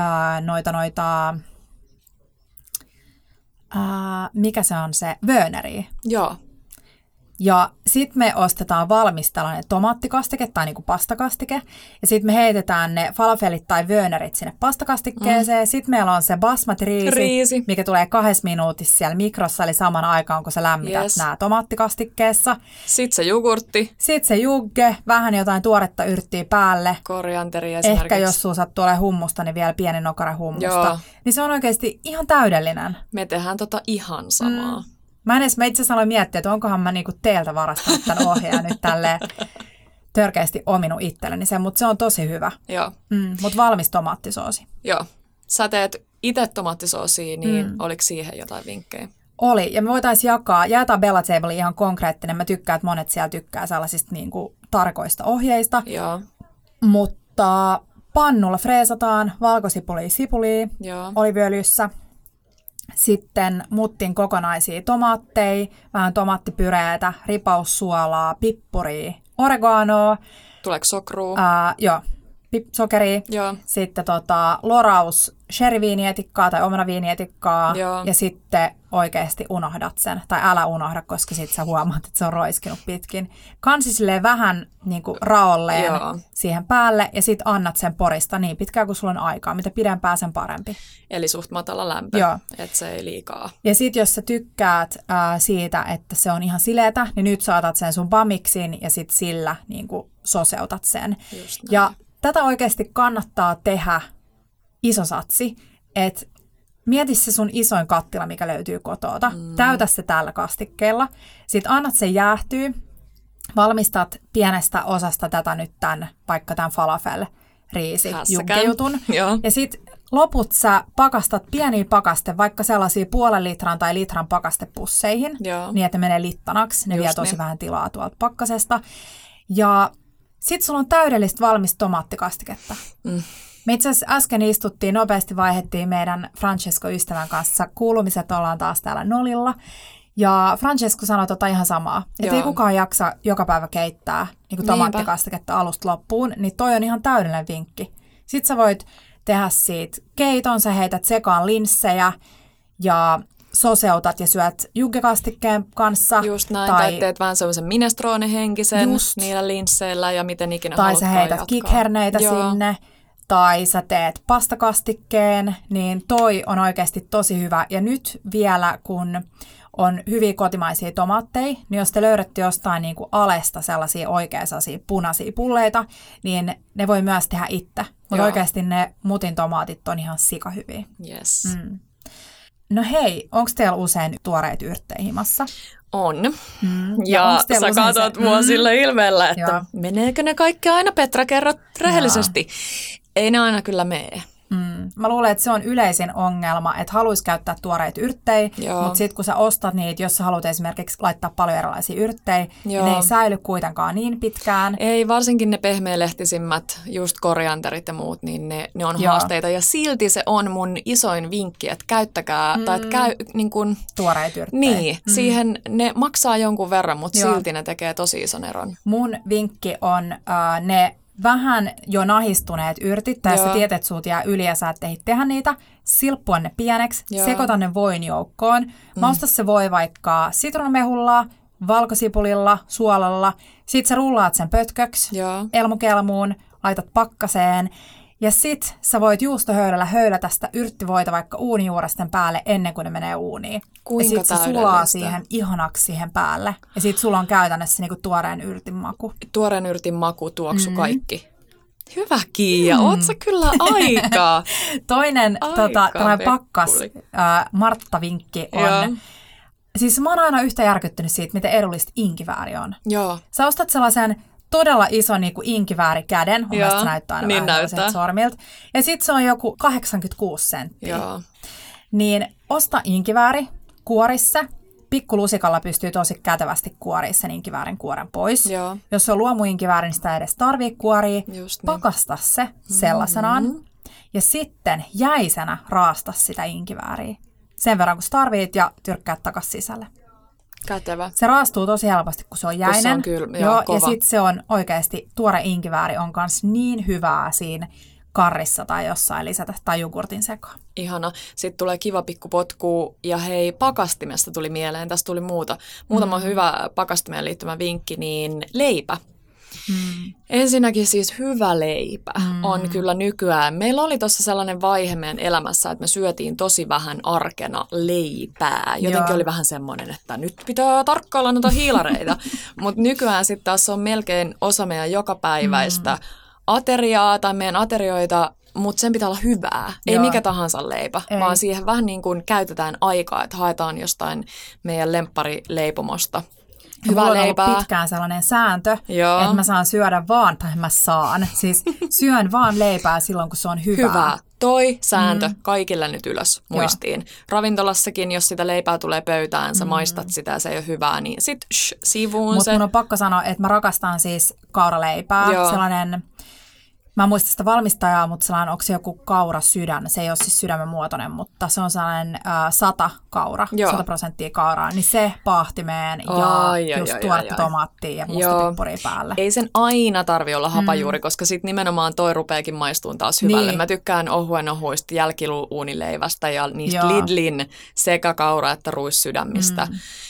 S1: mikä se on se, Werneri.
S2: Joo.
S1: Ja sitten me ostetaan valmis tällainen tomaattikastike tai niinku pastakastike. Ja sitten me heitetään ne falafelit tai Wernerit sinne pastakastikkeeseen. Sitten meillä on se basmati-riisi, mikä tulee 2 minuutissa siellä mikrossa, eli saman aikaan, kun sä lämmität nämä tomaattikastikkeessa.
S2: Sitten se jogurtti.
S1: Sitten se jugge, vähän jotain tuoretta yrttiä päälle.
S2: Korianteri esimerkiksi.
S1: Ehkä jos sulla sattuu olemaan hummusta, niin vielä pieni nokara hummusta. Joo. Niin se on oikeasti ihan täydellinen.
S2: Me tehdään ihan samaa.
S1: Mä itse asiassa aloin miettiä, että onkohan mä niinku teiltä varastanut tämän ohjeen nyt tälleen törkeästi ominut itselleni sen, mutta se on tosi hyvä.
S2: Joo.
S1: Mutta valmis tomaattisoosi.
S2: Joo. Sä teet itse tomaattisoosia, niin oliko siihen jotain vinkkejä?
S1: Oli, ja me voitaisiin jaetaan Bella Table ihan konkreettinen. Mä tykkään, että monet siellä tykkää sellaisista niinku tarkoista ohjeista.
S2: Joo.
S1: Mutta pannulla freesataan valkosipulia, sipulia oliiviöljyssä. Sitten muttin kokonaisia tomaatteja, vähän tomaattipyreetä, ripaussuolaa, pippuria, oreganoa.
S2: Tuleeko sokrua?
S1: Joo, sokeria.
S2: Joo.
S1: Sitten loraus sherryviinietikkaa tai omenaviinietikkaa.
S2: Joo.
S1: Ja sitten oikeasti unohdat sen. Tai älä unohda, koska sitten sä huomaat, että se on roiskinut pitkin. Kansi silleen vähän niin kuin raolleen siihen päälle ja sitten annat sen porista niin pitkään kuin sulla on aikaa. Mitä pidempään, sen parempi.
S2: Eli suht matala lämpö, että se ei liikaa.
S1: Ja sitten jos sä tykkäät siitä, että se on ihan sileätä, niin nyt saatat sen sun bamiksin ja sitten sillä niin kuin soseutat sen. Ja tätä oikeasti kannattaa tehdä iso satsi, että mieti se sun isoin kattila, mikä löytyy kotoota. Täytä se tällä kastikkeella. Sitten annat sen jäähtyä. Valmistat pienestä osasta tätä nyt vaikka tämän falafel-riisi-jukkejutun. Ja sitten loput sä pakastat pieniä pakaste, vaikka sellaisia 0,5 litran tai litran pakastepusseihin, niin että ne menee littanaksi. Ne vie tosi vähän tilaa tuolta pakkasesta. Ja sitten sulla on täydellistä valmista tomaattikastiketta. Me itse asiassa äsken istuttiin, nopeasti vaihdettiin meidän Francesco-ystävän kanssa. Kuulumiset ollaan taas täällä Nolilla. Ja Francesco sanoi ihan samaa, että ei kukaan jaksa joka päivä keittää niin tomaattikastiketta alusta loppuun, niin toi on ihan täydellinen vinkki. Sitten sä voit tehdä siitä keiton, sä heität sekaan linssejä ja soseutat ja syöt junkekastikkeen kanssa.
S2: Just näin, tai teet vähän sellaisen minestrone-henkisen niillä linsseillä ja miten ikinä
S1: tai sä heität kikherneitä sinne, tai sä teet pastakastikkeen, niin toi on oikeasti tosi hyvä. Ja nyt vielä, kun on hyviä kotimaisia tomaatteja, niin jos te löydätte jostain niin kuin alesta sellaisia oikein punaisia pulleita, niin ne voi myös tehdä itse. Mutta oikeasti ne mutin tomaatit on ihan sikahyviä.
S2: Yes.
S1: No hei, onko teillä usein tuoreita yrttejä himassa?
S2: On. Ja sä katsot mua sillä ilmeellä, että meneekö ne kaikki aina, Petra, kerrot rehellisesti. Ei ne aina kyllä mene.
S1: Mä luulen, että se on yleisin ongelma, että haluaisi käyttää tuoreita yrttejä, mutta sitten kun sä ostat niitä, jos sä haluat esimerkiksi laittaa paljon erilaisia yrttejä, niin ne ei säily kuitenkaan niin pitkään.
S2: Ei, varsinkin ne pehmeälehtisimmät, just korianterit ja muut, niin ne on haasteita. Ja silti se on mun isoin vinkki, että käyttäkää, tai että niin kun,
S1: tuoreita yrttejä.
S2: Niin, siihen ne maksaa jonkun verran, mutta silti ne tekee tosi ison eron.
S1: Mun vinkki on ne vähän jo nahistuneet yrtit, tai jos sä tiedät, että sulta jää yli ja sä et ehdi tehdä niitä, silppua ne pieneksi, sekoita ne voin joukkoon. Mausta se voi vaikka sitruunamehulla, valkosipulilla, suolalla. Sitten sä rullaat sen pötköksi, elmukelmuun, laitat pakkaseen. Ja sit sä voit juustohöylällä höylätä sitä yrttivoita vaikka uunijuuresten päälle ennen kuin ne menee uuniin.
S2: Kuinka
S1: ja sit se sulaa siihen ihanaksi siihen päälle. Ja sit sulla on käytännössä niinku tuoreen yrtin maku.
S2: Tuoreen yrtin maku, tuoksu, kaikki. Hyvä Kiia, oot sä kyllä aikaa.
S1: Toinen tällainen pakkas Martta-vinkki on, siis mä oon aina yhtä järkyttynyt siitä, miten edullista inkivääri on.
S2: Joo.
S1: Sä ostat sellaisen todella iso niin kuin inkivärikäden, mun mielestä se näyttää aina
S2: niin
S1: vähän sormilta. Ja sit se on joku 86 senttiä.
S2: Joo.
S1: Niin osta inkivääri kuorissa. Pikkulusikalla pystyy tosi kätevästi kuorimaan sen inkiväärin kuoren pois.
S2: Joo.
S1: Jos se on luomuinkivääri, niin sitä ei edes tarvitse kuoria. Pakasta se sellaisenaan. Ja sitten jäisenä raasta sitä inkivääriä. Sen verran, kun sä tarvit ja tyrkkää takaisin sisälle.
S2: Kätevä.
S1: Se raastuu tosi helposti, kun se on jäinen.
S2: Se on kyllä,
S1: ja sitten se on oikeasti, tuore inkivääri on myös niin hyvää siinä karrissa tai jossain lisätä tai jogurtin sekaan.
S2: Ihana. Sitten tulee kiva pikku potku. Ja hei, pakastimesta tuli mieleen. Tässä tuli muutama hyvä pakastimeen liittyvä vinkki, niin leipä. Ensinnäkin siis hyvä leipä on kyllä nykyään. Meillä oli tuossa sellainen vaihe meidän elämässä, että me syötiin tosi vähän arkena leipää. Jotenkin oli vähän semmoinen, että nyt pitää tarkkailla noita hiilareita. Mutta nykyään sitten taas on melkein osa meidän jokapäiväistä ateriaa tai meidän aterioita, mutta sen pitää olla hyvää. Ei mikä tahansa leipä, vaan siihen vähän niin kuin käytetään aikaa, että haetaan jostain meidän lempparileipomosta.
S1: Hyvä leipää. On pitkään sellainen sääntö, että mä saan syödä vaan, tai mä saan. Siis syön vaan leipää silloin, kun se on hyvää.
S2: Hyvä. Toi sääntö kaikille nyt ylös muistiin. Ravintolassakin, jos sitä leipää tulee pöytään, sä maistat sitä ja se ei ole hyvää, niin sit sivuun se.
S1: Mutta mun on pakko sanoa, että mä rakastan siis kauraleipää. Sellainen, mä en muista sitä valmistajaa, mutta sellainen, onko se joku kaurasydän? Se ei ole siis sydämen muotoinen, mutta se on sellainen 100 kaura, 100% kauraa. Niin se paahtimeen ja just tuoretta tomaattia ja mustapippuria päälle.
S2: Ei sen aina tarvi olla hapajuuri, koska sit nimenomaan toi rupeekin maistuun taas hyvälle. Niin. Mä tykkään ohuista jälkiuunileivästä ja niistä Lidlin sekä kaura- että ruissydämistä.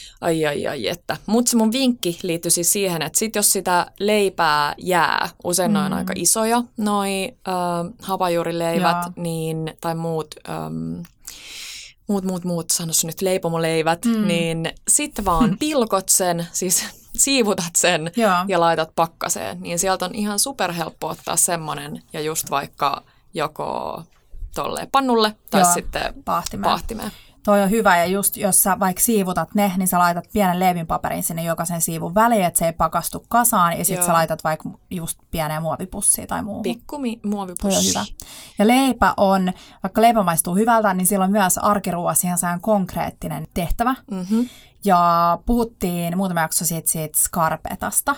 S2: Ai, että. Mutta se mun vinkki liittyy siis siihen, että sit jos sitä leipää jää, usein ne on aika isoja, noi hapajuurileivät niin, tai muut, sanois nyt leipomoleivät, niin sitten vaan pilkot sen, siis siivutat sen ja laitat pakkaseen. Niin sieltä on ihan superhelppo ottaa semmonen ja just vaikka joko tolleen pannulle tai sitten paahtimeen.
S1: Toi on hyvä, ja just jos sä vaikka siivutat ne, niin sä laitat pienen leivinpaperin sinne jokaisen siivun väliin, että se ei pakastu kasaan, ja sitten sä laitat vaikka just pieneen muovipussia tai muuhun.
S2: Pikku muovipussi.
S1: Toi on hyvä. Ja leipä on, vaikka leipä maistuu hyvältä, niin sillä on myös arkiruuassa ihan sehän konkreettinen tehtävä. Ja puhuttiin muutama jakso siitä scarpetta,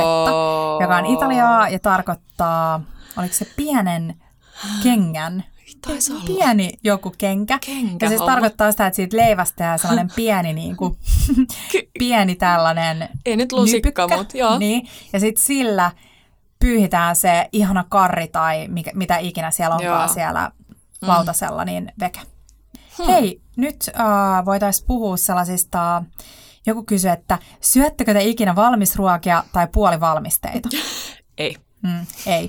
S1: joka on italiaa ja tarkoittaa, oliko se pienen kengän pieni joku kenkä. Ja se tarkoittaa sitä, että siitä leivästä jää sellainen pieni, niin kuin, pieni tällainen
S2: ei nyt lusikka, mutta joo.
S1: Niin. Ja sitten sillä pyyhitään se ihana karri tai mitä ikinä siellä onkaan siellä lautasella, niin veke. Hei, nyt voitaisiin puhua sellaisista, joku kysyy, että syöttekö te ikinä valmisruokia tai puolivalmisteita?
S2: Ei.
S1: Ei.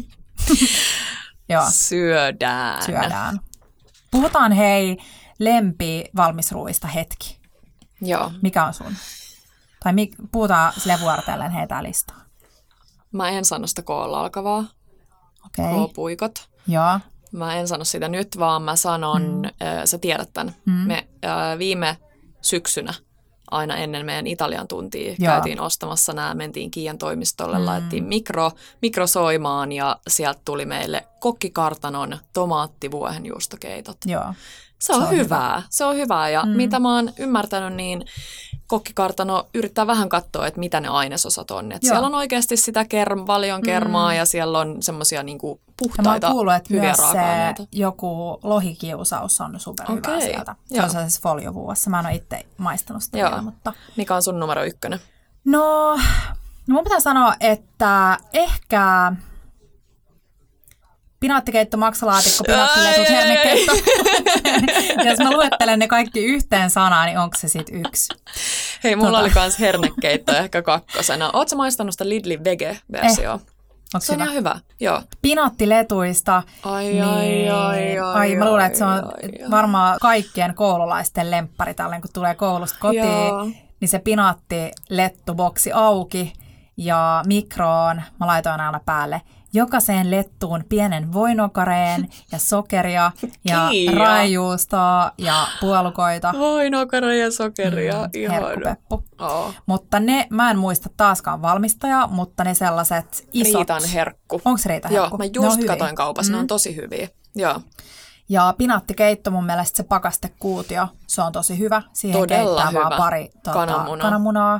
S1: Joo. Syödään. Puhutaan hei lempivalmisruuista hetki.
S2: Joo.
S1: Mikä on sun? Tai puhutaan sille vuorotellen heitä listaa.
S2: Mä en sano sitä koolla alkavaa.
S1: Okei.
S2: K-puikot.
S1: Joo.
S2: Mä en sano sitä nyt, vaan mä sanon, sä tiedät tämän. Me viime syksynä aina ennen meidän Italian tuntia käytiin ostamassa nämä, mentiin Kiian toimistolle, laitettiin mikro soimaan ja sieltä tuli meille kokkikartanon tomaattivuohenjuustokeitot.
S1: Joo.
S2: Se on hyvää. Se on hyvää ja mitä mä oon ymmärtänyt, niin kokkikartano yrittää vähän katsoa, että mitä ne ainesosat on. Että siellä on oikeasti sitä paljon kermaa ja siellä on semmoisia niinku puhtaita,
S1: kuullut, että
S2: hyviä
S1: myös
S2: raaka-aineita.
S1: joku lohikiusaus on superhyvää sieltä. Se on sellaisessa foliovuossa. Mä en ole itse maistanut sitä vielä, mutta...
S2: Mikä on sun numero 1?
S1: No mun pitää sanoa, että ehkä... Pinaattikeitto, maksalaatikko, pinaattiletut, hernekeitto. Jos mä luettelen ne kaikki yhteen sanaan, niin onko se sitten 1?
S2: Hei, mulla oli kans hernekeitto ehkä 2. Ootko sä maistanut sitä Lidlin vege-versioa? Se on ihan hyvä, joo.
S1: Pinaattiletuista, mä luulen, että se on varmaan kaikkien koululaisten lemppari tällainen, kun tulee koulusta kotiin, niin se pinaattilettuboksi auki ja mikroon, mä laitoin aina päälle. Jokaiseen lettuun pienen voinokareen ja sokeria ja raijuustoa ja puolukoita.
S2: Voinokare ja sokeria,
S1: herkkupeppu. Mutta ne, mä en muista taaskaan valmistajaa, mutta ne sellaiset isot.
S2: Riitan herkku.
S1: Onko se Riitan herkku?
S2: Joo, mä just katoin kaupassa, ne on tosi hyviä. Joo.
S1: Ja pinaattikeitto mun mielestä se pakastekuutio, se on tosi hyvä. Siihen
S2: todella
S1: keittää
S2: hyvä.
S1: Vaan pari kananmunaa.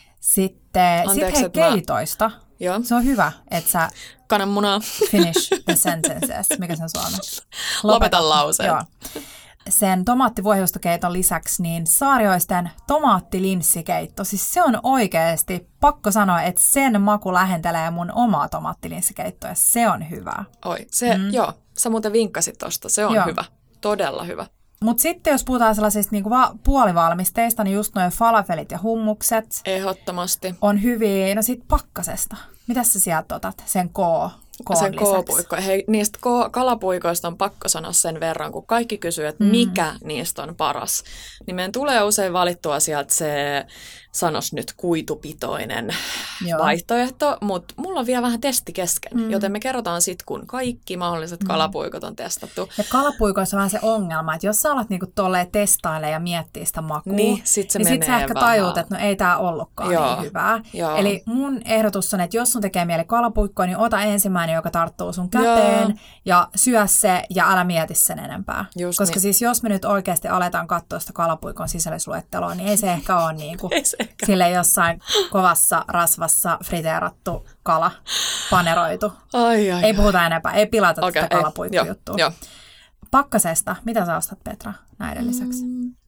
S1: Sitten keitoista.
S2: Joo.
S1: Se on hyvä, että sä
S2: kananmunaa.
S1: Finish the sentences. Mikä sen suomeksi?
S2: Lopeta lauseen.
S1: Joo. Sen tomaattivuohiustokeiton lisäksi niin Saarioisten tomaattilinssikeitto. Siis se on oikeasti, pakko sanoa, että sen maku lähentelee mun omaa tomaattilinssikeittoa ja se on hyvä.
S2: Oi, joo. Sä muuten vinkkasit tosta. Se on hyvä. Todella hyvä.
S1: Mutta sitten jos puhutaan sellaisista niinku puolivalmisteista, niin just noin falafelit ja hummukset.
S2: Ehdottomasti.
S1: On hyviä. No sit pakkasesta. Mitäs sä sieltä otat? Sen
S2: sen K-puikko. Hei, niistä kalapuikoista on pakko sanoa sen verran, kun kaikki kysyy, että mikä niistä on paras. Niin meidän tulee usein valittua sieltä se, sanos nyt, kuitupitoinen vaihtoehto, mutta mulla on vielä vähän testi kesken, joten me kerrotaan sitten, kun kaikki mahdolliset kalapuikot on testattu.
S1: Ja kalapuikoissa on vähän se ongelma, että jos sä alat niinku tolleen testaile ja miettiä sitä makua,
S2: niin sit sä
S1: ehkä tajuut, että no ei tää ollutkaan niin hyvää. Joo. Eli mun ehdotus on, että jos sun tekee mieli kalapuikkoa, niin ota ensimmäinen, joka tarttuu sun käteen ja syö se ja älä mieti sen enempää. Just koska siis jos me nyt oikeasti aletaan katsoa sitä kalapuikon sisällysluetteloa, niin ei se ehkä ole niinku sille jossain kovassa rasvassa friteerattu kala paneroitu. Ei puhuta enempää, ei pilata tätä kalapuikkojuttua. Pakkasesta, mitä sä ostat, Petra, näiden lisäksi?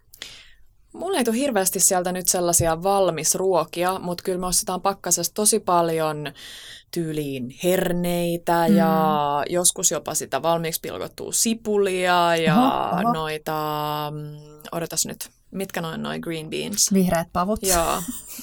S2: Mulla ei tule hirveästi sieltä nyt sellaisia valmisruokia, mutta kyllä me ostetaan pakkasesta tosi paljon tyyliin herneitä ja joskus jopa sitä valmiiksi pilkottua sipulia ja noita, odotas nyt, mitkä noin green beans?
S1: Vihreät pavut.
S2: Joo.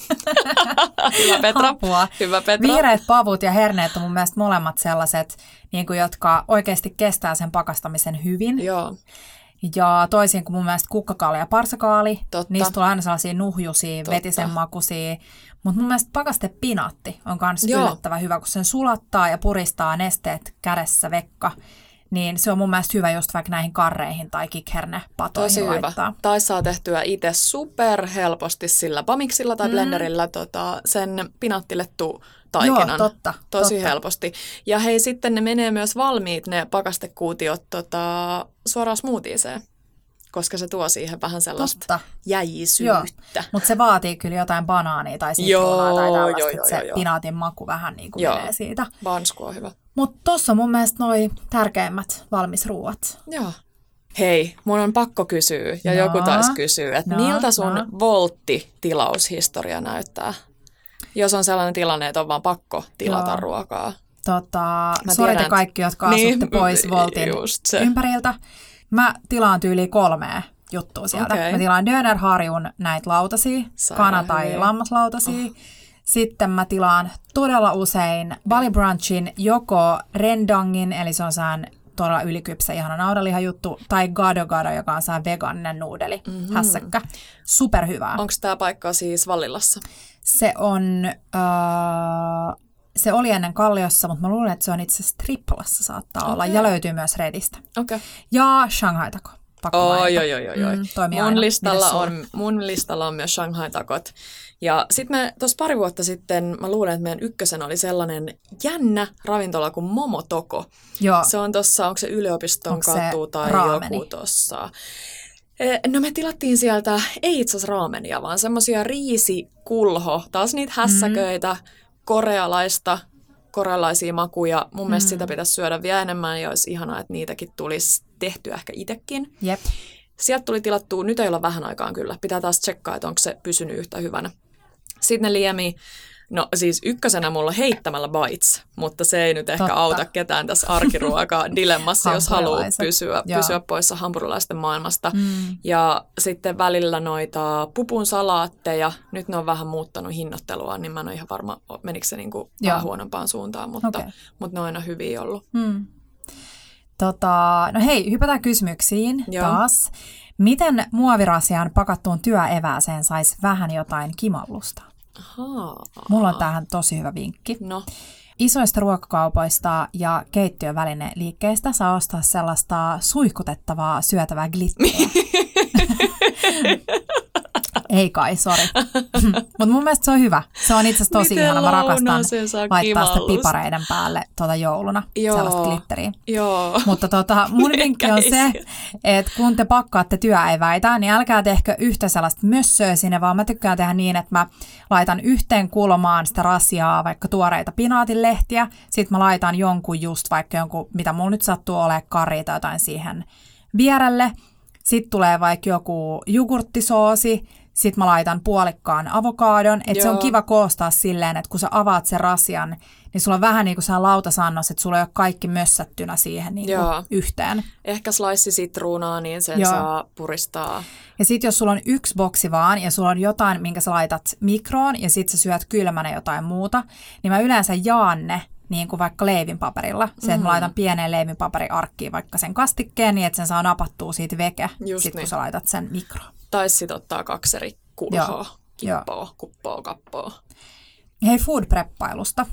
S2: Hyvä Petra. Hyvä Petra.
S1: Vihreät pavut ja herneet on mun mielestä molemmat sellaiset, niin kuin, jotka oikeasti kestää sen pakastamisen hyvin.
S2: Joo.
S1: Ja toisin kuin mun mielestä kukkakaali ja parsakaali, niistä tulee aina sellaisia nuhjusia, vetisen makuisia. Mutta mun mielestä pakastepinaatti on myös yllättävän hyvä, kun sen sulattaa ja puristaa nesteet kädessä vekka. Niin se on mun mielestä hyvä just vaikka näihin karreihin tai kikhernepatoihin
S2: tosi
S1: laittaa.
S2: Hyvä. Tai saa tehtyä itse super helposti sillä pamiksilla tai blenderillä sen pinaattilettu taikinan.
S1: Joo, totta.
S2: Helposti. Ja hei, sitten ne menee myös valmiit, ne pakastekuutiot suoraan smoothieseen. koska se tuo siihen vähän sellaista jäisyyttä.
S1: Mutta se vaatii kyllä jotain banaania tai sitruunaa tai tällaista, että se pinaatin maku vähän niin kuin menee siitä.
S2: Bansku on hyvä.
S1: Mutta tossa on mun mielestä noi tärkeimmät valmisruuat.
S2: Joo. Hei, mun on pakko kysyä, ja joku taisi kysyä, että miltä sun Voltti-tilaushistoria näyttää? Jos on sellainen tilanne, että on vaan pakko tilata ruokaa.
S1: Sorite kaikki, jotka asutte pois Voltin ympäriltä. Mä tilaan tyyliin 3 juttua sieltä. Mä tilaan dönerharjun näitä lautasia, kana- tai lammaslautasia. Sitten mä tilaan todella usein Bali Brunchin joko rendangin, eli se on sään todella ylikypsä, ihana naudanlihajuttu, tai gado gado, joka on sään vegaaninen nuudeli, hässäkkä. Superhyvää.
S2: Onko tämä paikka siis Vallilassa?
S1: Se on... Se oli ennen Kalliossa, mutta mä luulen, että se on itse asiassa Triplassa saattaa olla. Ja löytyy myös Redistä. Ja Shanghai Taco.
S2: Mun listalla on myös Shanghai Tacot. Ja sitten me tuossa pari vuotta sitten, mä luulen, että meidän ykkösen oli sellainen jännä ravintola kuin Momotoko.
S1: Joo.
S2: Se on tuossa, onko se yliopiston katu tai
S1: raameni?
S2: Joku tuossa. No me tilattiin sieltä, ei itse asiassa raamenia, vaan semmoisia riisikulho, taas niitä hässäköitä, korealaisia makuja. Mun mielestä sitä pitäisi syödä vielä enemmän ja olisi ihanaa, että niitäkin tulisi tehtyä ehkä itsekin.
S1: Jep.
S2: Sieltä tuli tilattua, nyt ei olla vähän aikaan kyllä. Pitää taas tsekkaa, että onko se pysynyt yhtä hyvänä. Sitten ne liemi, no siis ykkösenä mulla heittämällä bites, mutta se ei nyt ehkä auta ketään tässä arkiruoka-dilemmassa, jos haluaa pysyä poissa hampurilaisten maailmasta. Ja sitten välillä noita pupun salaatteja, nyt ne on vähän muuttanut hinnoittelua, niin mä en ole ihan varma, menikö se niinku vähän huonompaan suuntaan, mutta ne on aina hyviä ollut.
S1: No hei, hypätään kysymyksiin taas. Miten muovirasiaan pakattuun työevääseen saisi vähän jotain kimallusta? Mulla on tähän tosi hyvä vinkki.
S2: No.
S1: Isoista ruokakaupoista ja keittiövälineliikkeistä saa ostaa sellaista suihkutettavaa syötävää glitteriä. Ei kai, sori. Mutta mun mielestä se on hyvä. Se on itse asiassa tosi ihana. Mä rakastan laittaa sitä pipareiden päälle jouluna. Sellaista glitteriä. Mutta mun vinkki on se, että kun te pakkaatte työeväitä, niin älkää tehkö yhtä sellaista mössöä sinne, vaan mä tykkään tehdä niin, että mä laitan yhteen kulmaan sitä rasiaa, vaikka tuoreita pinaatinlehtiä. Sitten mä laitan jonkun mitä mulla nyt sattuu olemaan, kari tai jotain siihen vierelle. Sitten tulee vaikka joku jogurttisoosi, sitten mä laitan puolikkaan avokaadon, että se on kiva koostaa silleen, että kun sä avaat sen rasian, niin sulla on vähän niin kuin sä lautasannos, että sulla ei ole kaikki mössättynä siihen niin kuin yhteen.
S2: Ehkä slice sitruunaa, niin sen saa puristaa.
S1: Ja sitten jos sulla on yksi boksi vaan ja sulla on jotain, minkä sä laitat mikroon ja sitten sä syöt kylmänä jotain muuta, niin mä yleensä jaan ne niin kuin vaikka leivinpaperilla. Se, että mä laitan pieneen leivinpaperiarkkiin vaikka sen kastikkeen, niin että sen saa napattua siitä veke, kun sä laitat sen mikroon. Tai
S2: sitten ottaa 2 eri kulhoa, kuppoa, kappoa.
S1: Hei, food-preppailusta.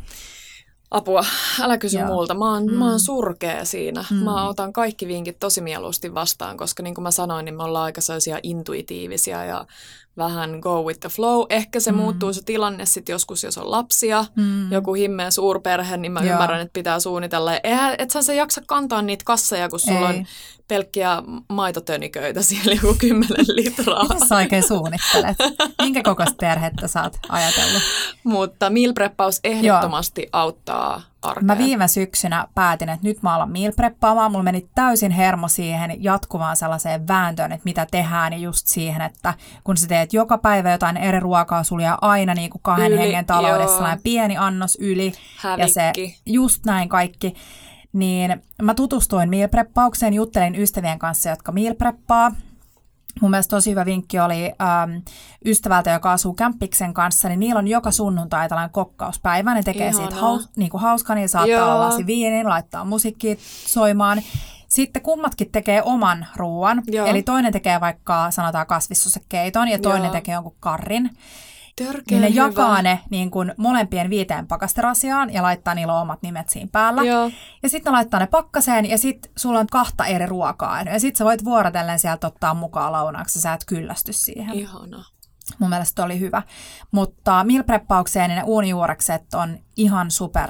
S2: Apua, älä kysy multa. Mä oon surkea siinä. Mä otan kaikki vinkit tosi mieluusti vastaan, koska niin kuin mä sanoin, niin me ollaan aika sellaisia intuitiivisia ja vähän go with the flow. Ehkä se muuttuu se tilanne sitten joskus, jos on lapsia, joku himmeä suurperhe, niin mä ymmärrän, että pitää suunnitella. Et sä jaksa kantaa niitä kasseja, kun sulla on pelkkiä maitotöniköitä siellä joku 10 litraa.
S1: Miten sä oikein suunnittelet? Minkä kokoista perhettä sä oot ajatellut?
S2: Mutta meal preppaus ehdottomasti auttaa arkea.
S1: Mä viime syksynä päätin, että nyt mä alan meal preppaamaan. Mulla meni täysin hermo siihen jatkuvaan sellaiseen vääntöön, että mitä tehdään. Ja just siihen, että kun sä teet joka päivä jotain eri ruokaa, sulla jää aina niin kuin 2 hengen taloudessa sellainen pieni annos yli.
S2: Hävikki.
S1: Ja se just näin kaikki. Niin mä tutustuin meal preppaukseen, juttelin ystävien kanssa, jotka meal preppaa. Mun mielestä tosi hyvä vinkki oli ystävältä, joka asuu kämppiksen kanssa, niin niillä on joka sunnuntai tällainen kokkauspäivä. Ne tekee siitä hauskaa, niin saattaa olla lasi viinin, laittaa musiikkia soimaan. Sitten kummatkin tekee oman ruoan, eli toinen tekee vaikka sanotaan kasvissosekeiton ja toinen tekee jonkun karrin. Niin ne jakaa ne niin kuin molempien 5 pakasterasiaan ja laittaa niillä omat nimet siinä päällä. Ja sitten ne laittaa ne pakkaseen ja sitten sulla on 2 eri ruokaa. Ja sitten sä voit vuorotellen sieltä ottaa mukaan lounaaksi, sä et kyllästy siihen.
S2: Ihana.
S1: Mun mielestä oli hyvä. Mutta meal preppaukseen niin ne uunijuurekset on ihan super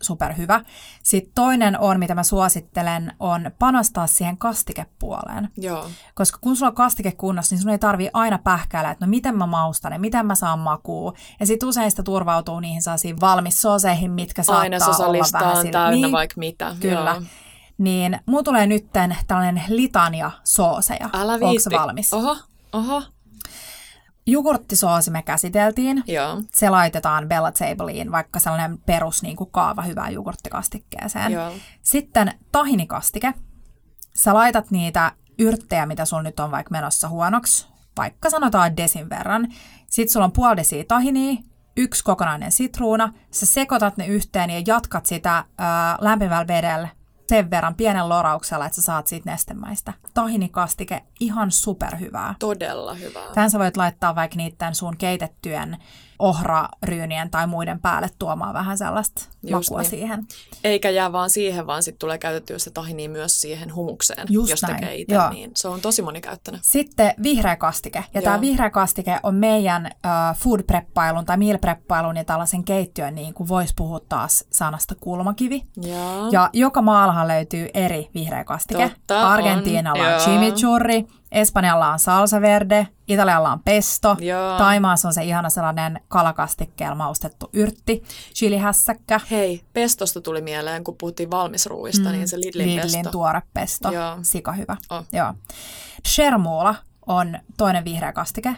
S1: superhyvä. Sitten toinen on, mitä mä suosittelen, on panostaa siihen kastikepuoleen.
S2: Joo.
S1: Koska kun sulla on kastike kunnossa, niin sun ei tarvii aina pähkäillä, että no miten mä maustan ja miten mä saan makua. Ja sit usein sitä turvautuu niihin sellaisiin valmissoseihin, mitkä saattaa olla vähän sille.
S2: Täynnä niin, vaikka mitä.
S1: Kyllä.
S2: Joo.
S1: Niin mun tulee nytten tällainen litania sooseja.
S2: Älä viitti.
S1: Onko se valmis?
S2: Oho.
S1: Jogurttisoosi me käsiteltiin.
S2: Joo.
S1: Se laitetaan Bella Tableen, vaikka sellainen perus niin kuin kaava hyvään jogurttikastikkeeseen.
S2: Joo.
S1: Sitten tahinikastike. Sä laitat niitä yrttejä, mitä sun nyt on vaikka menossa huonoksi, vaikka sanotaan desin verran. Sitten sulla on puoli desiä tahinia, 1 kokonainen sitruuna. Sä sekoitat ne yhteen ja jatkat sitä lämpimällä vedellä sen verran pienen lorauksella, että sä saat siitä nestemäistä. Tahinikastike, ihan superhyvää.
S2: Todella hyvää.
S1: Tän sä voit laittaa vaikka niiden sun keitettyjen ohraryynien tai muiden päälle tuomaan vähän sellaista makua siihen.
S2: Eikä jää vaan siihen, vaan sitten tulee käytettyä se tahini myös siihen humukseen, jos tekee itse. Niin se on tosi monikäyttöinen.
S1: Sitten vihreä kastike. Ja tämä vihreä kastike on meidän food preppailun tai meal preppailun ja tällaisen keittiön, niin kuin voisi puhua taas sanasta kulmakivi. Ja joka maallahan löytyy eri vihreä kastike.
S2: Totta,
S1: Argentiinalla on chimichurri, Espanjalla on salsa verde, Italialla on pesto, Taimaassa on se ihana sellainen kalakastikkeella maustettu yrtti, chilihässäkkä.
S2: Hei, pestosta tuli mieleen, kun puhuttiin valmisruuista, niin se Lidlin
S1: tuore pesto, sika hyvä. Joo. Chermoula on toinen vihreä kastike,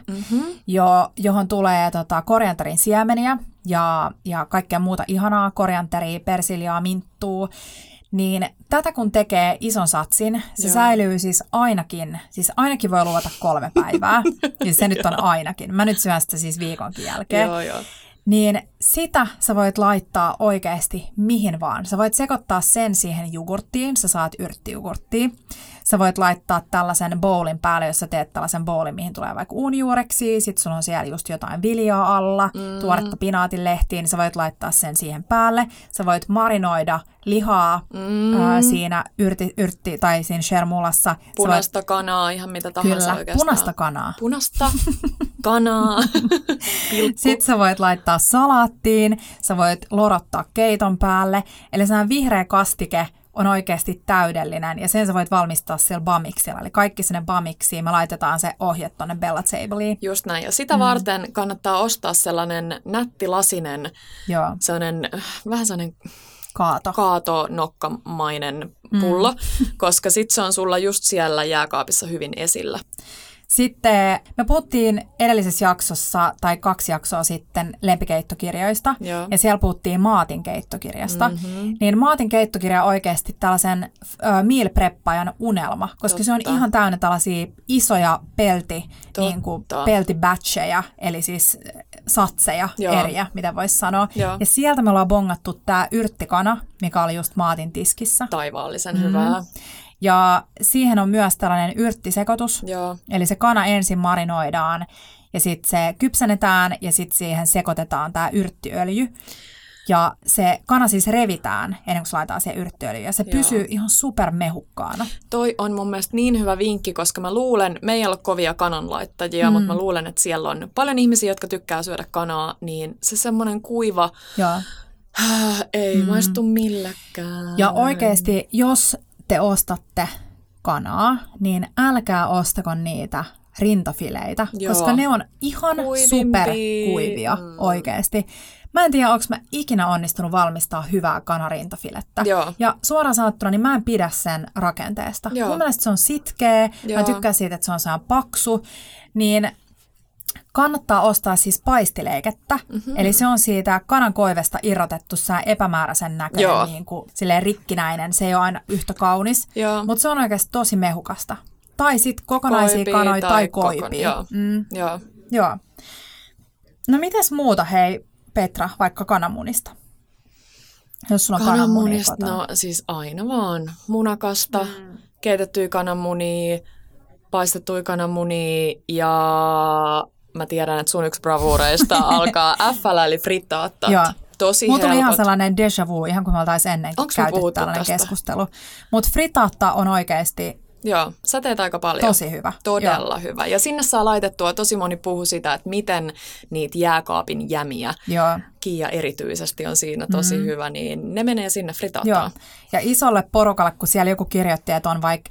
S1: johon tulee korianterin siemeniä ja kaikkea muuta ihanaa, korianteria, persiljaa, minttua. Niin tätä kun tekee ison satsin, se säilyy siis ainakin voi luvata 3 päivää. Ja se nyt on ainakin. Mä nyt syön sitä siis viikonkin jälkeen.
S2: Joo.
S1: Niin sitä sä voit laittaa oikeasti mihin vaan. Sä voit sekoittaa sen siihen jogurttiin, sä saat yrttijogurttia. Sä voit laittaa tällaisen bowlin päälle, jos sä teet tällaisen bowlin, mihin tulee vaikka uunijuureksia, sit sulla on siellä just jotain viljaa alla, tuoretta pinaatinlehtiä, niin sä voit laittaa sen siihen päälle. Sä voit marinoida lihaa siinä yrtti tai siinä chermoulassa.
S2: Punaista kanaa, ihan mitä tahansa
S1: kyllä,
S2: oikeastaan.
S1: punaista kanaa.
S2: Punaista kanaa.
S1: Sitten sä voit laittaa salaattiin, sä voit lorottaa keiton päälle. Eli sehän vihreä kastike on oikeasti täydellinen, ja sen sä voit valmistaa siellä bamiksilla. Eli kaikki sinne bamiksiin, me laitetaan se ohje tonne Bella Tableen.
S2: Just näin, ja sitä varten kannattaa ostaa sellainen nättilasinen, sellainen vähän sellainen kaatonokkamainen pullo, koska sit se on sulla just siellä jääkaapissa hyvin esillä.
S1: Sitten me puhuttiin edellisessä jaksossa, tai 2 jaksoa sitten, lempikeittokirjoista, ja siellä puhuttiin Maatin keittokirjasta. Niin Maatin keittokirja on oikeasti tällaisen meal preppaajan unelma, koska se on ihan täynnä tällaisia isoja peltibatcheja, eli siis satseja, eriä, mitä voisi sanoa. Ja sieltä me ollaan bongattu tämä yrttikana, mikä oli just Maatin tiskissä.
S2: Taivaallisen hyvää.
S1: Ja siihen on myös tällainen yrttisekoitus, eli se kana ensin marinoidaan ja sitten se kypsennetään ja sitten siihen sekoitetaan tämä yrttiöljy. Ja se kana siis revitään ennen kuin se laitetaan siihen yrttiöljyyn ja se pysyy ihan supermehukkaana.
S2: Toi on mun mielestä niin hyvä vinkki, koska mä luulen, me ei ole kovia kananlaittajia, mutta mä luulen, että siellä on paljon ihmisiä, jotka tykkää syödä kanaa, niin se semmoinen kuiva ei maistu millekään.
S1: Ja oikeasti, jos te ostatte kanaa, niin älkää ostako niitä rintafileitä, koska ne on ihan superkuivia oikeasti. Mä en tiedä, onko mä ikinä onnistunut valmistaa hyvää kanarintafilettä. Ja suoraan sanottuna, niin mä en pidä sen rakenteesta. Mun mielestä se on sitkeä, mä tykkään siitä, että se on sellainen paksu, niin kannattaa ostaa siis paistileikettä, eli se on siitä kanan koivesta irrotettu epämääräisen näköinen, niin kuin silleen rikkinäinen, se ei ole aina yhtä kaunis, mutta se on oikeasti tosi mehukasta. Tai sitten kokonaisia kanoja tai koipia. Joo. No mitäs muuta, hei Petra, vaikka kananmunista? Jos sulla on kananmunista,
S2: no siis aina vaan munakasta, keitettyjä kananmunia, paistettuja kananmunia ja mä tiedän, että sun yksi bravureista alkaa FL eli frittaattat. Tosi helpot.
S1: Mulla tuli ihan sellainen déjà vu, ihan kun me oltaisiin ennenkin käyty tällainen keskustelu. Mutta frittaatta on oikeasti
S2: Joo, sä teet aika paljon.
S1: Tosi hyvä.
S2: Todella hyvä. Ja sinne saa laitettua, tosi moni puhuu sitä, että miten niitä jääkaapin jämiä, Kiia erityisesti on siinä tosi hyvä, niin ne menee sinne fritaataan.
S1: Joo, ja isolle porukalle, kun siellä joku kirjoitti, että on vaikka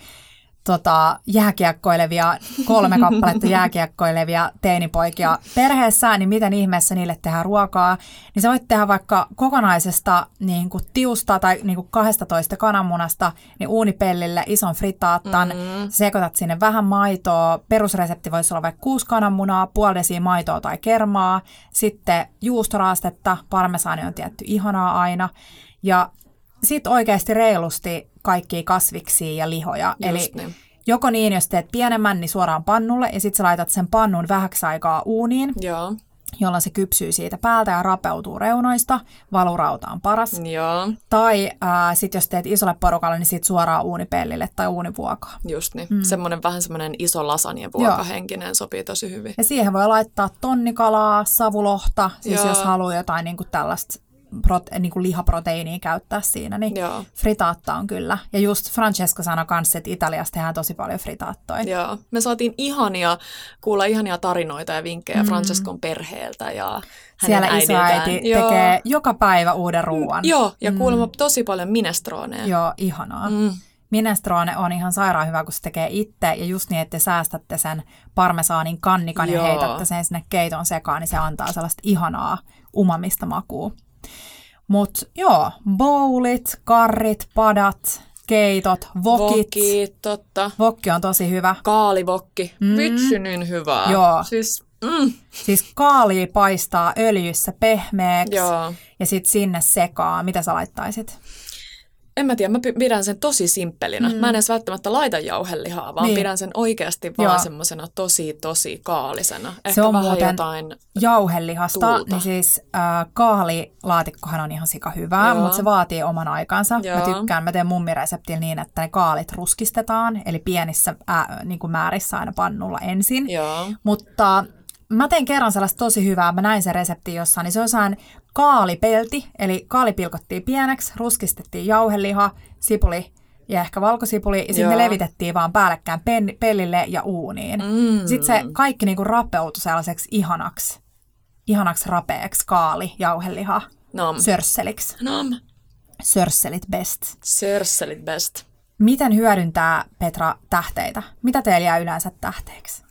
S1: jääkiekkoilevia, 3 kappaletta jääkiekkoilevia teinipoikia perheessä, niin miten ihmeessä niille tehdään ruokaa, niin sä voit tehdä vaikka kokonaisesta niin kuin tiusta tai niin kuin 12 kananmunasta niin uunipellille ison fritaattan, sekoitat sinne vähän maitoa, perusresepti voisi olla vaikka 6 kananmunaa, puoli desiä maitoa tai kermaa, sitten juustoraastetta, parmesaani on tietty ihanaa aina, ja sitten oikeasti reilusti kaikkia kasviksia ja lihoja. Just eli niin. Joko niin, jos teet pienemmän, niin suoraan pannulle, ja sitten sä laitat sen pannun vähäksi aikaa uuniin, jolloin se kypsyy siitä päältä ja rapeutuu reunoista. Valurauta on paras.
S2: Joo.
S1: Tai sitten jos teet isolle porukalle, niin sitten suoraan uunipellille tai uunivuokaa.
S2: Just niin. Vähän semmoinen iso lasanjevuokahenkinen sopii tosi hyvin.
S1: Ja siihen voi laittaa tonnikalaa, savulohta, siis jos haluaa jotain niin kuin tällaista niin kuin lihaproteiiniä käyttää siinä, niin fritaatta on kyllä. Ja just Francesco sanoi kanssa, että Italiassa tehdään tosi paljon fritaattoja.
S2: Joo, me saatiin kuulla ihania tarinoita ja vinkkejä Francescon perheeltä ja hänen
S1: siellä isoäiti tekee joka päivä uuden ruuan.
S2: Joo, ja kuulemma tosi paljon minestroneja.
S1: Joo, ihanaa. Minestrone on ihan sairaan hyvä, kun se tekee itse, ja just niin, että te säästätte sen parmesaanin kannikan ja heitätte sen sinne keiton sekaan, niin se antaa sellaista ihanaa umamista makua. Mutta bowlit, karrit, padat, keitot, wokit.
S2: Wokit, totta.
S1: Wokki on tosi hyvä.
S2: Kaalivokki. Vitsi niin hyvää.
S1: Joo. Siis kaalia paistaa öljyssä pehmeäksi ja sitten sinne sekaa. Mitä sä laittaisit?
S2: En mä tiedä, mä pidän sen tosi simppelinä. Mä en edes välttämättä laita jauhelihaa, vaan pidän sen oikeasti vaan semmosena tosi kaalisena. Ehkä
S1: se on
S2: vähän
S1: muuten
S2: jotain
S1: jauhelihasta,
S2: tuulta.
S1: niin siis kaalilaatikkohan on ihan sika hyvää, mutta se vaatii oman aikansa. Mä teen mummireseptillä niin, että ne kaalit ruskistetaan, eli pienissä niin kuin määrissä aina pannulla ensin. Mutta mä tein kerran sellaista tosi hyvää, mä näin sen reseptin jossain, niin se on sellainen kaalipelti, eli kaali pilkottiin pieneksi, ruskistettiin jauheliha, sipuli ja ehkä valkosipuli, ja sitten ne levitettiin vaan päällekkäin pellille ja uuniin. Sitten se kaikki niinku rapeutui sellaiseksi ihanaksi rapeaksi kaali, jauheliha, sörsseliksi. Sörsselit best.
S2: Sörsselit best.
S1: Miten hyödyntää, Petra, tähteitä? Mitä teillä jää yleensä tähteeksi?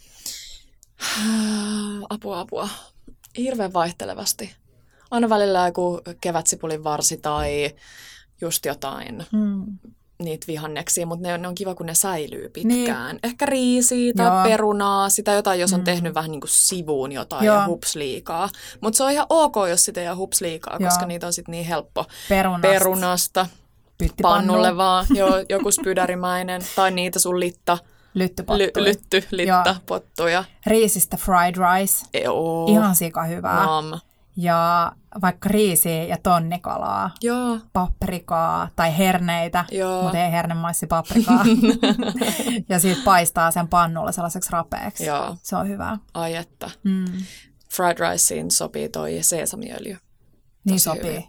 S2: Apua. Hirveän vaihtelevasti. Aina välillä joku kevätsipulin varsi tai just jotain niitä vihanneksia, mutta ne on kiva, kun ne säilyy pitkään. Niin. Ehkä riisiä tai perunaa, sitä jotain, jos on tehnyt vähän niin kuin sivuun jotain ja hups liikaa. Mutta se on ihan ok, jos sitä ei ole hups liikaa, koska niitä on sitten niin helppo. Perunasta. Pannulle vaan, joku spydärimäinen tai niitä sun littapottuja.
S1: Riisistä fried rice. Ihan sika hyvää. Ja vaikka riisiä ja tonnikalaa. Paprikaa tai herneitä, mutta ei hernemaissi paprikaa. Ja siitä paistaa sen pannulla sellaiseksi rapeaksi. Se on hyvää.
S2: Ai että. Fried riceen sopii toi sesamiöljy.
S1: Niin sopii, hyvin.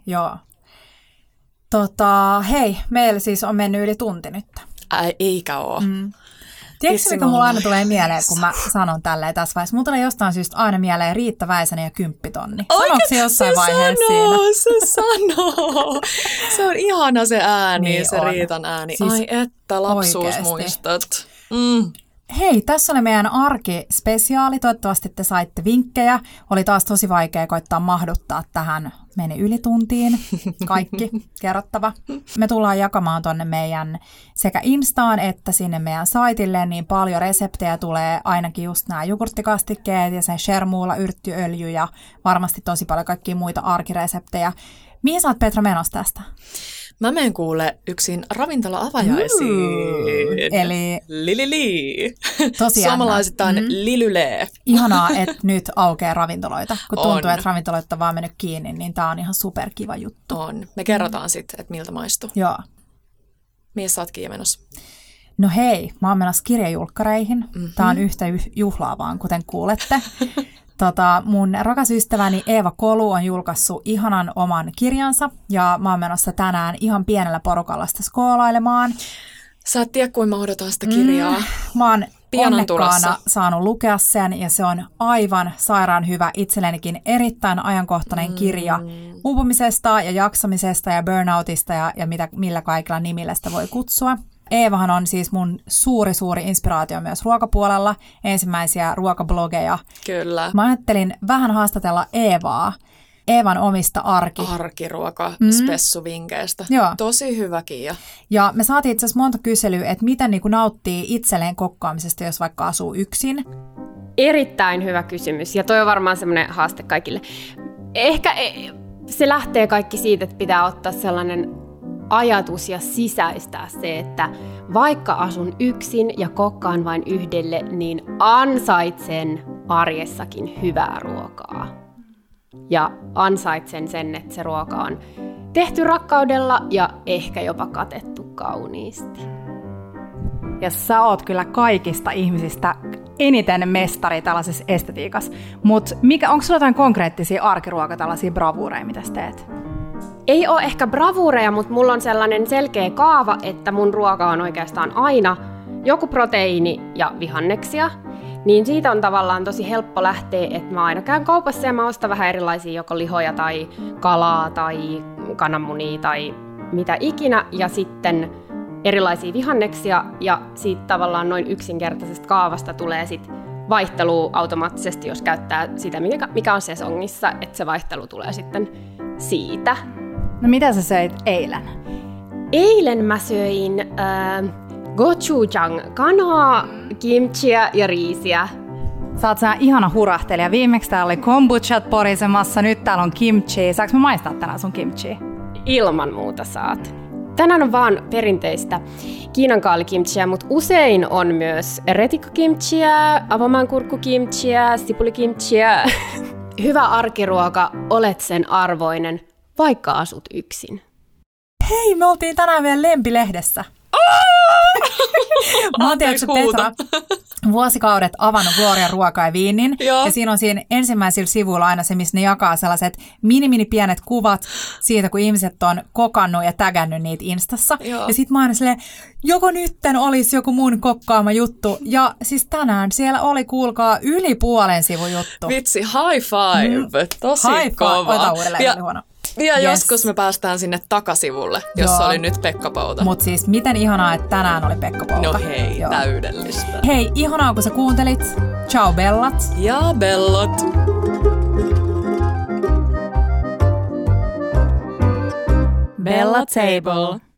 S1: Hei, meillä siis on mennyt yli tunti nyt.
S2: Eikä oo.
S1: Tiedätkö, mikä mulla aina tulee mieleen, kun mä sanon tälleen tässä vaiheessa? Mulla tulee jostain syystä aina mieleen Riitta Väisänen ja 10 000. Sanoiko se jossain vaiheessa siinä?
S2: Se sanoo. Se on ihana se ääni, niin se on. Riitan ääni. Siis ai että, lapsuusmuistot.
S1: Hei, tässä oli meidän arkispesiaali. Toivottavasti te saitte vinkkejä. Oli taas tosi vaikea koittaa mahduttaa tähän. Meni yli tuntiin kaikki kerrottava. Me tullaan jakamaan tuonne meidän sekä Instaan että sinne meidän saitille, niin paljon reseptejä tulee, ainakin just nämä jogurttikastikkeet ja se shermuula yrttiöljy ja varmasti tosi paljon kaikkia muita arkireseptejä. Mihin sä oot, Petra, menossa tästä?
S2: Mä menen kuule yksin ravintola-avajaisiin.
S1: Eli
S2: Lilili.
S1: Tosi
S2: Suomalaisittain lilylee.
S1: Ihanaa, että nyt aukeaa ravintoloita. Kun tuntuu, että ravintoloita on vaan mennyt kiinni, niin tää on ihan superkiva juttu.
S2: On. Me kerrotaan sitten, että miltä maistuu.
S1: Joo.
S2: Mihin sä oot menossa?
S1: No hei, mä oon menossa kirjajulkkareihin. Tää on yhtä juhlaavaa, kuten kuulette. Mun rakas ystäväni Eeva Kolu on julkaissut ihanan oman kirjansa ja mä oon menossa tänään ihan pienellä porukalla sitä skoolailemaan.
S2: Sä et tiedä, kuinka mä odotan sitä kirjaa.
S1: Mä oon onnekkaana
S2: tulossa.
S1: saanut lukea sen, ja se on aivan sairaan hyvä itsellenikin erittäin ajankohtainen kirja uupumisesta ja jaksamisesta ja burnoutista ja millä kaikilla nimillä sitä voi kutsua. Eevahan on siis mun suuri inspiraatio myös ruokapuolella, ensimmäisiä ruokablogeja.
S2: Kyllä.
S1: Mä ajattelin vähän haastatella Eevaa, Eevan omista
S2: arkiruoka-spessuvinkkeistä. Tosi hyväkin.
S1: Ja me saatiin itse asiassa monta kyselyä, että miten niinku nauttii itselleen kokkaamisesta, jos vaikka asuu yksin.
S3: Erittäin hyvä kysymys, ja toi on varmaan semmoinen haaste kaikille. Ehkä se lähtee kaikki siitä, että pitää ottaa sellainen ajatus ja sisäistää se, että vaikka asun yksin ja kokkaan vain yhdelle, niin ansaitsen arjessakin hyvää ruokaa. Ja ansaitsen sen, että se ruoka on tehty rakkaudella ja ehkä jopa katettu kauniisti.
S1: Ja sä oot kyllä kaikista ihmisistä eniten mestari tällaisessa estetiikassa. Mutta onko sulla jotain konkreettisia arkiruoka, tällaisia bravuureja, mitä sä teet?
S3: Ei ole ehkä bravuureja, mutta mulla on sellainen selkeä kaava, että mun ruoka on oikeastaan aina joku proteiini ja vihanneksia. Niin siitä on tavallaan tosi helppo lähteä, että mä aina käyn kaupassa ja mä ostan vähän erilaisia joko lihoja tai kalaa tai kananmunia tai mitä ikinä. Ja sitten erilaisia vihanneksia ja siitä tavallaan noin yksinkertaisesta kaavasta tulee sitten vaihtelu automaattisesti, jos käyttää sitä, mikä on sesongissa, että se vaihtelu tulee sitten siitä.
S1: No mitä sä söit eilen?
S3: Eilen mä söin gochujang, kanaa, kimchiä ja riisiä.
S1: Sä oot sä ihana hurahtelija. Viimeksi täällä oli kombuchat porisemassa, nyt täällä on kimchi. Saanko mä maistaa tänään sun kimchi?
S3: Ilman muuta saat. Tänään on vaan perinteistä kiinankaalikimchiä, mutta usein on myös retikkakimchiä, avomaankurkkukimchiä, sipulikimchiä. Hyvä arkiruoka, olet sen arvoinen, vaikka asut yksin.
S1: Hei, me oltiin tänään vielä Lempilehdessä. Mä oon tiedätkö Petra vuosikaudet avannut Gloria ruokaa ja viinin. Ja siinä on siinä ensimmäisillä sivuilla aina se, missä ne jakaa sellaiset mini pienet kuvat siitä, kun ihmiset on kokannut ja tägännyt niitä Instassa. Ja sit mä aina silleen, joko nytten olisi joku mun kokkaama juttu. Ja siis tänään siellä oli, kuulkaa, yli puolen sivun juttu.
S2: Vitsi, high five. Tosi kova.
S1: Ota uudelleen, oli huono.
S2: Ja joskus me päästään sinne takasivulle, jossa oli nyt Pekka Pouta.
S1: Mut siis miten ihanaa, että tänään oli Pekka Pouta.
S2: No hei, täydellistä.
S1: Hei, ihanaa kun sä kuuntelit. Ciao bellat.
S2: Ja bellot.
S1: Bella Table.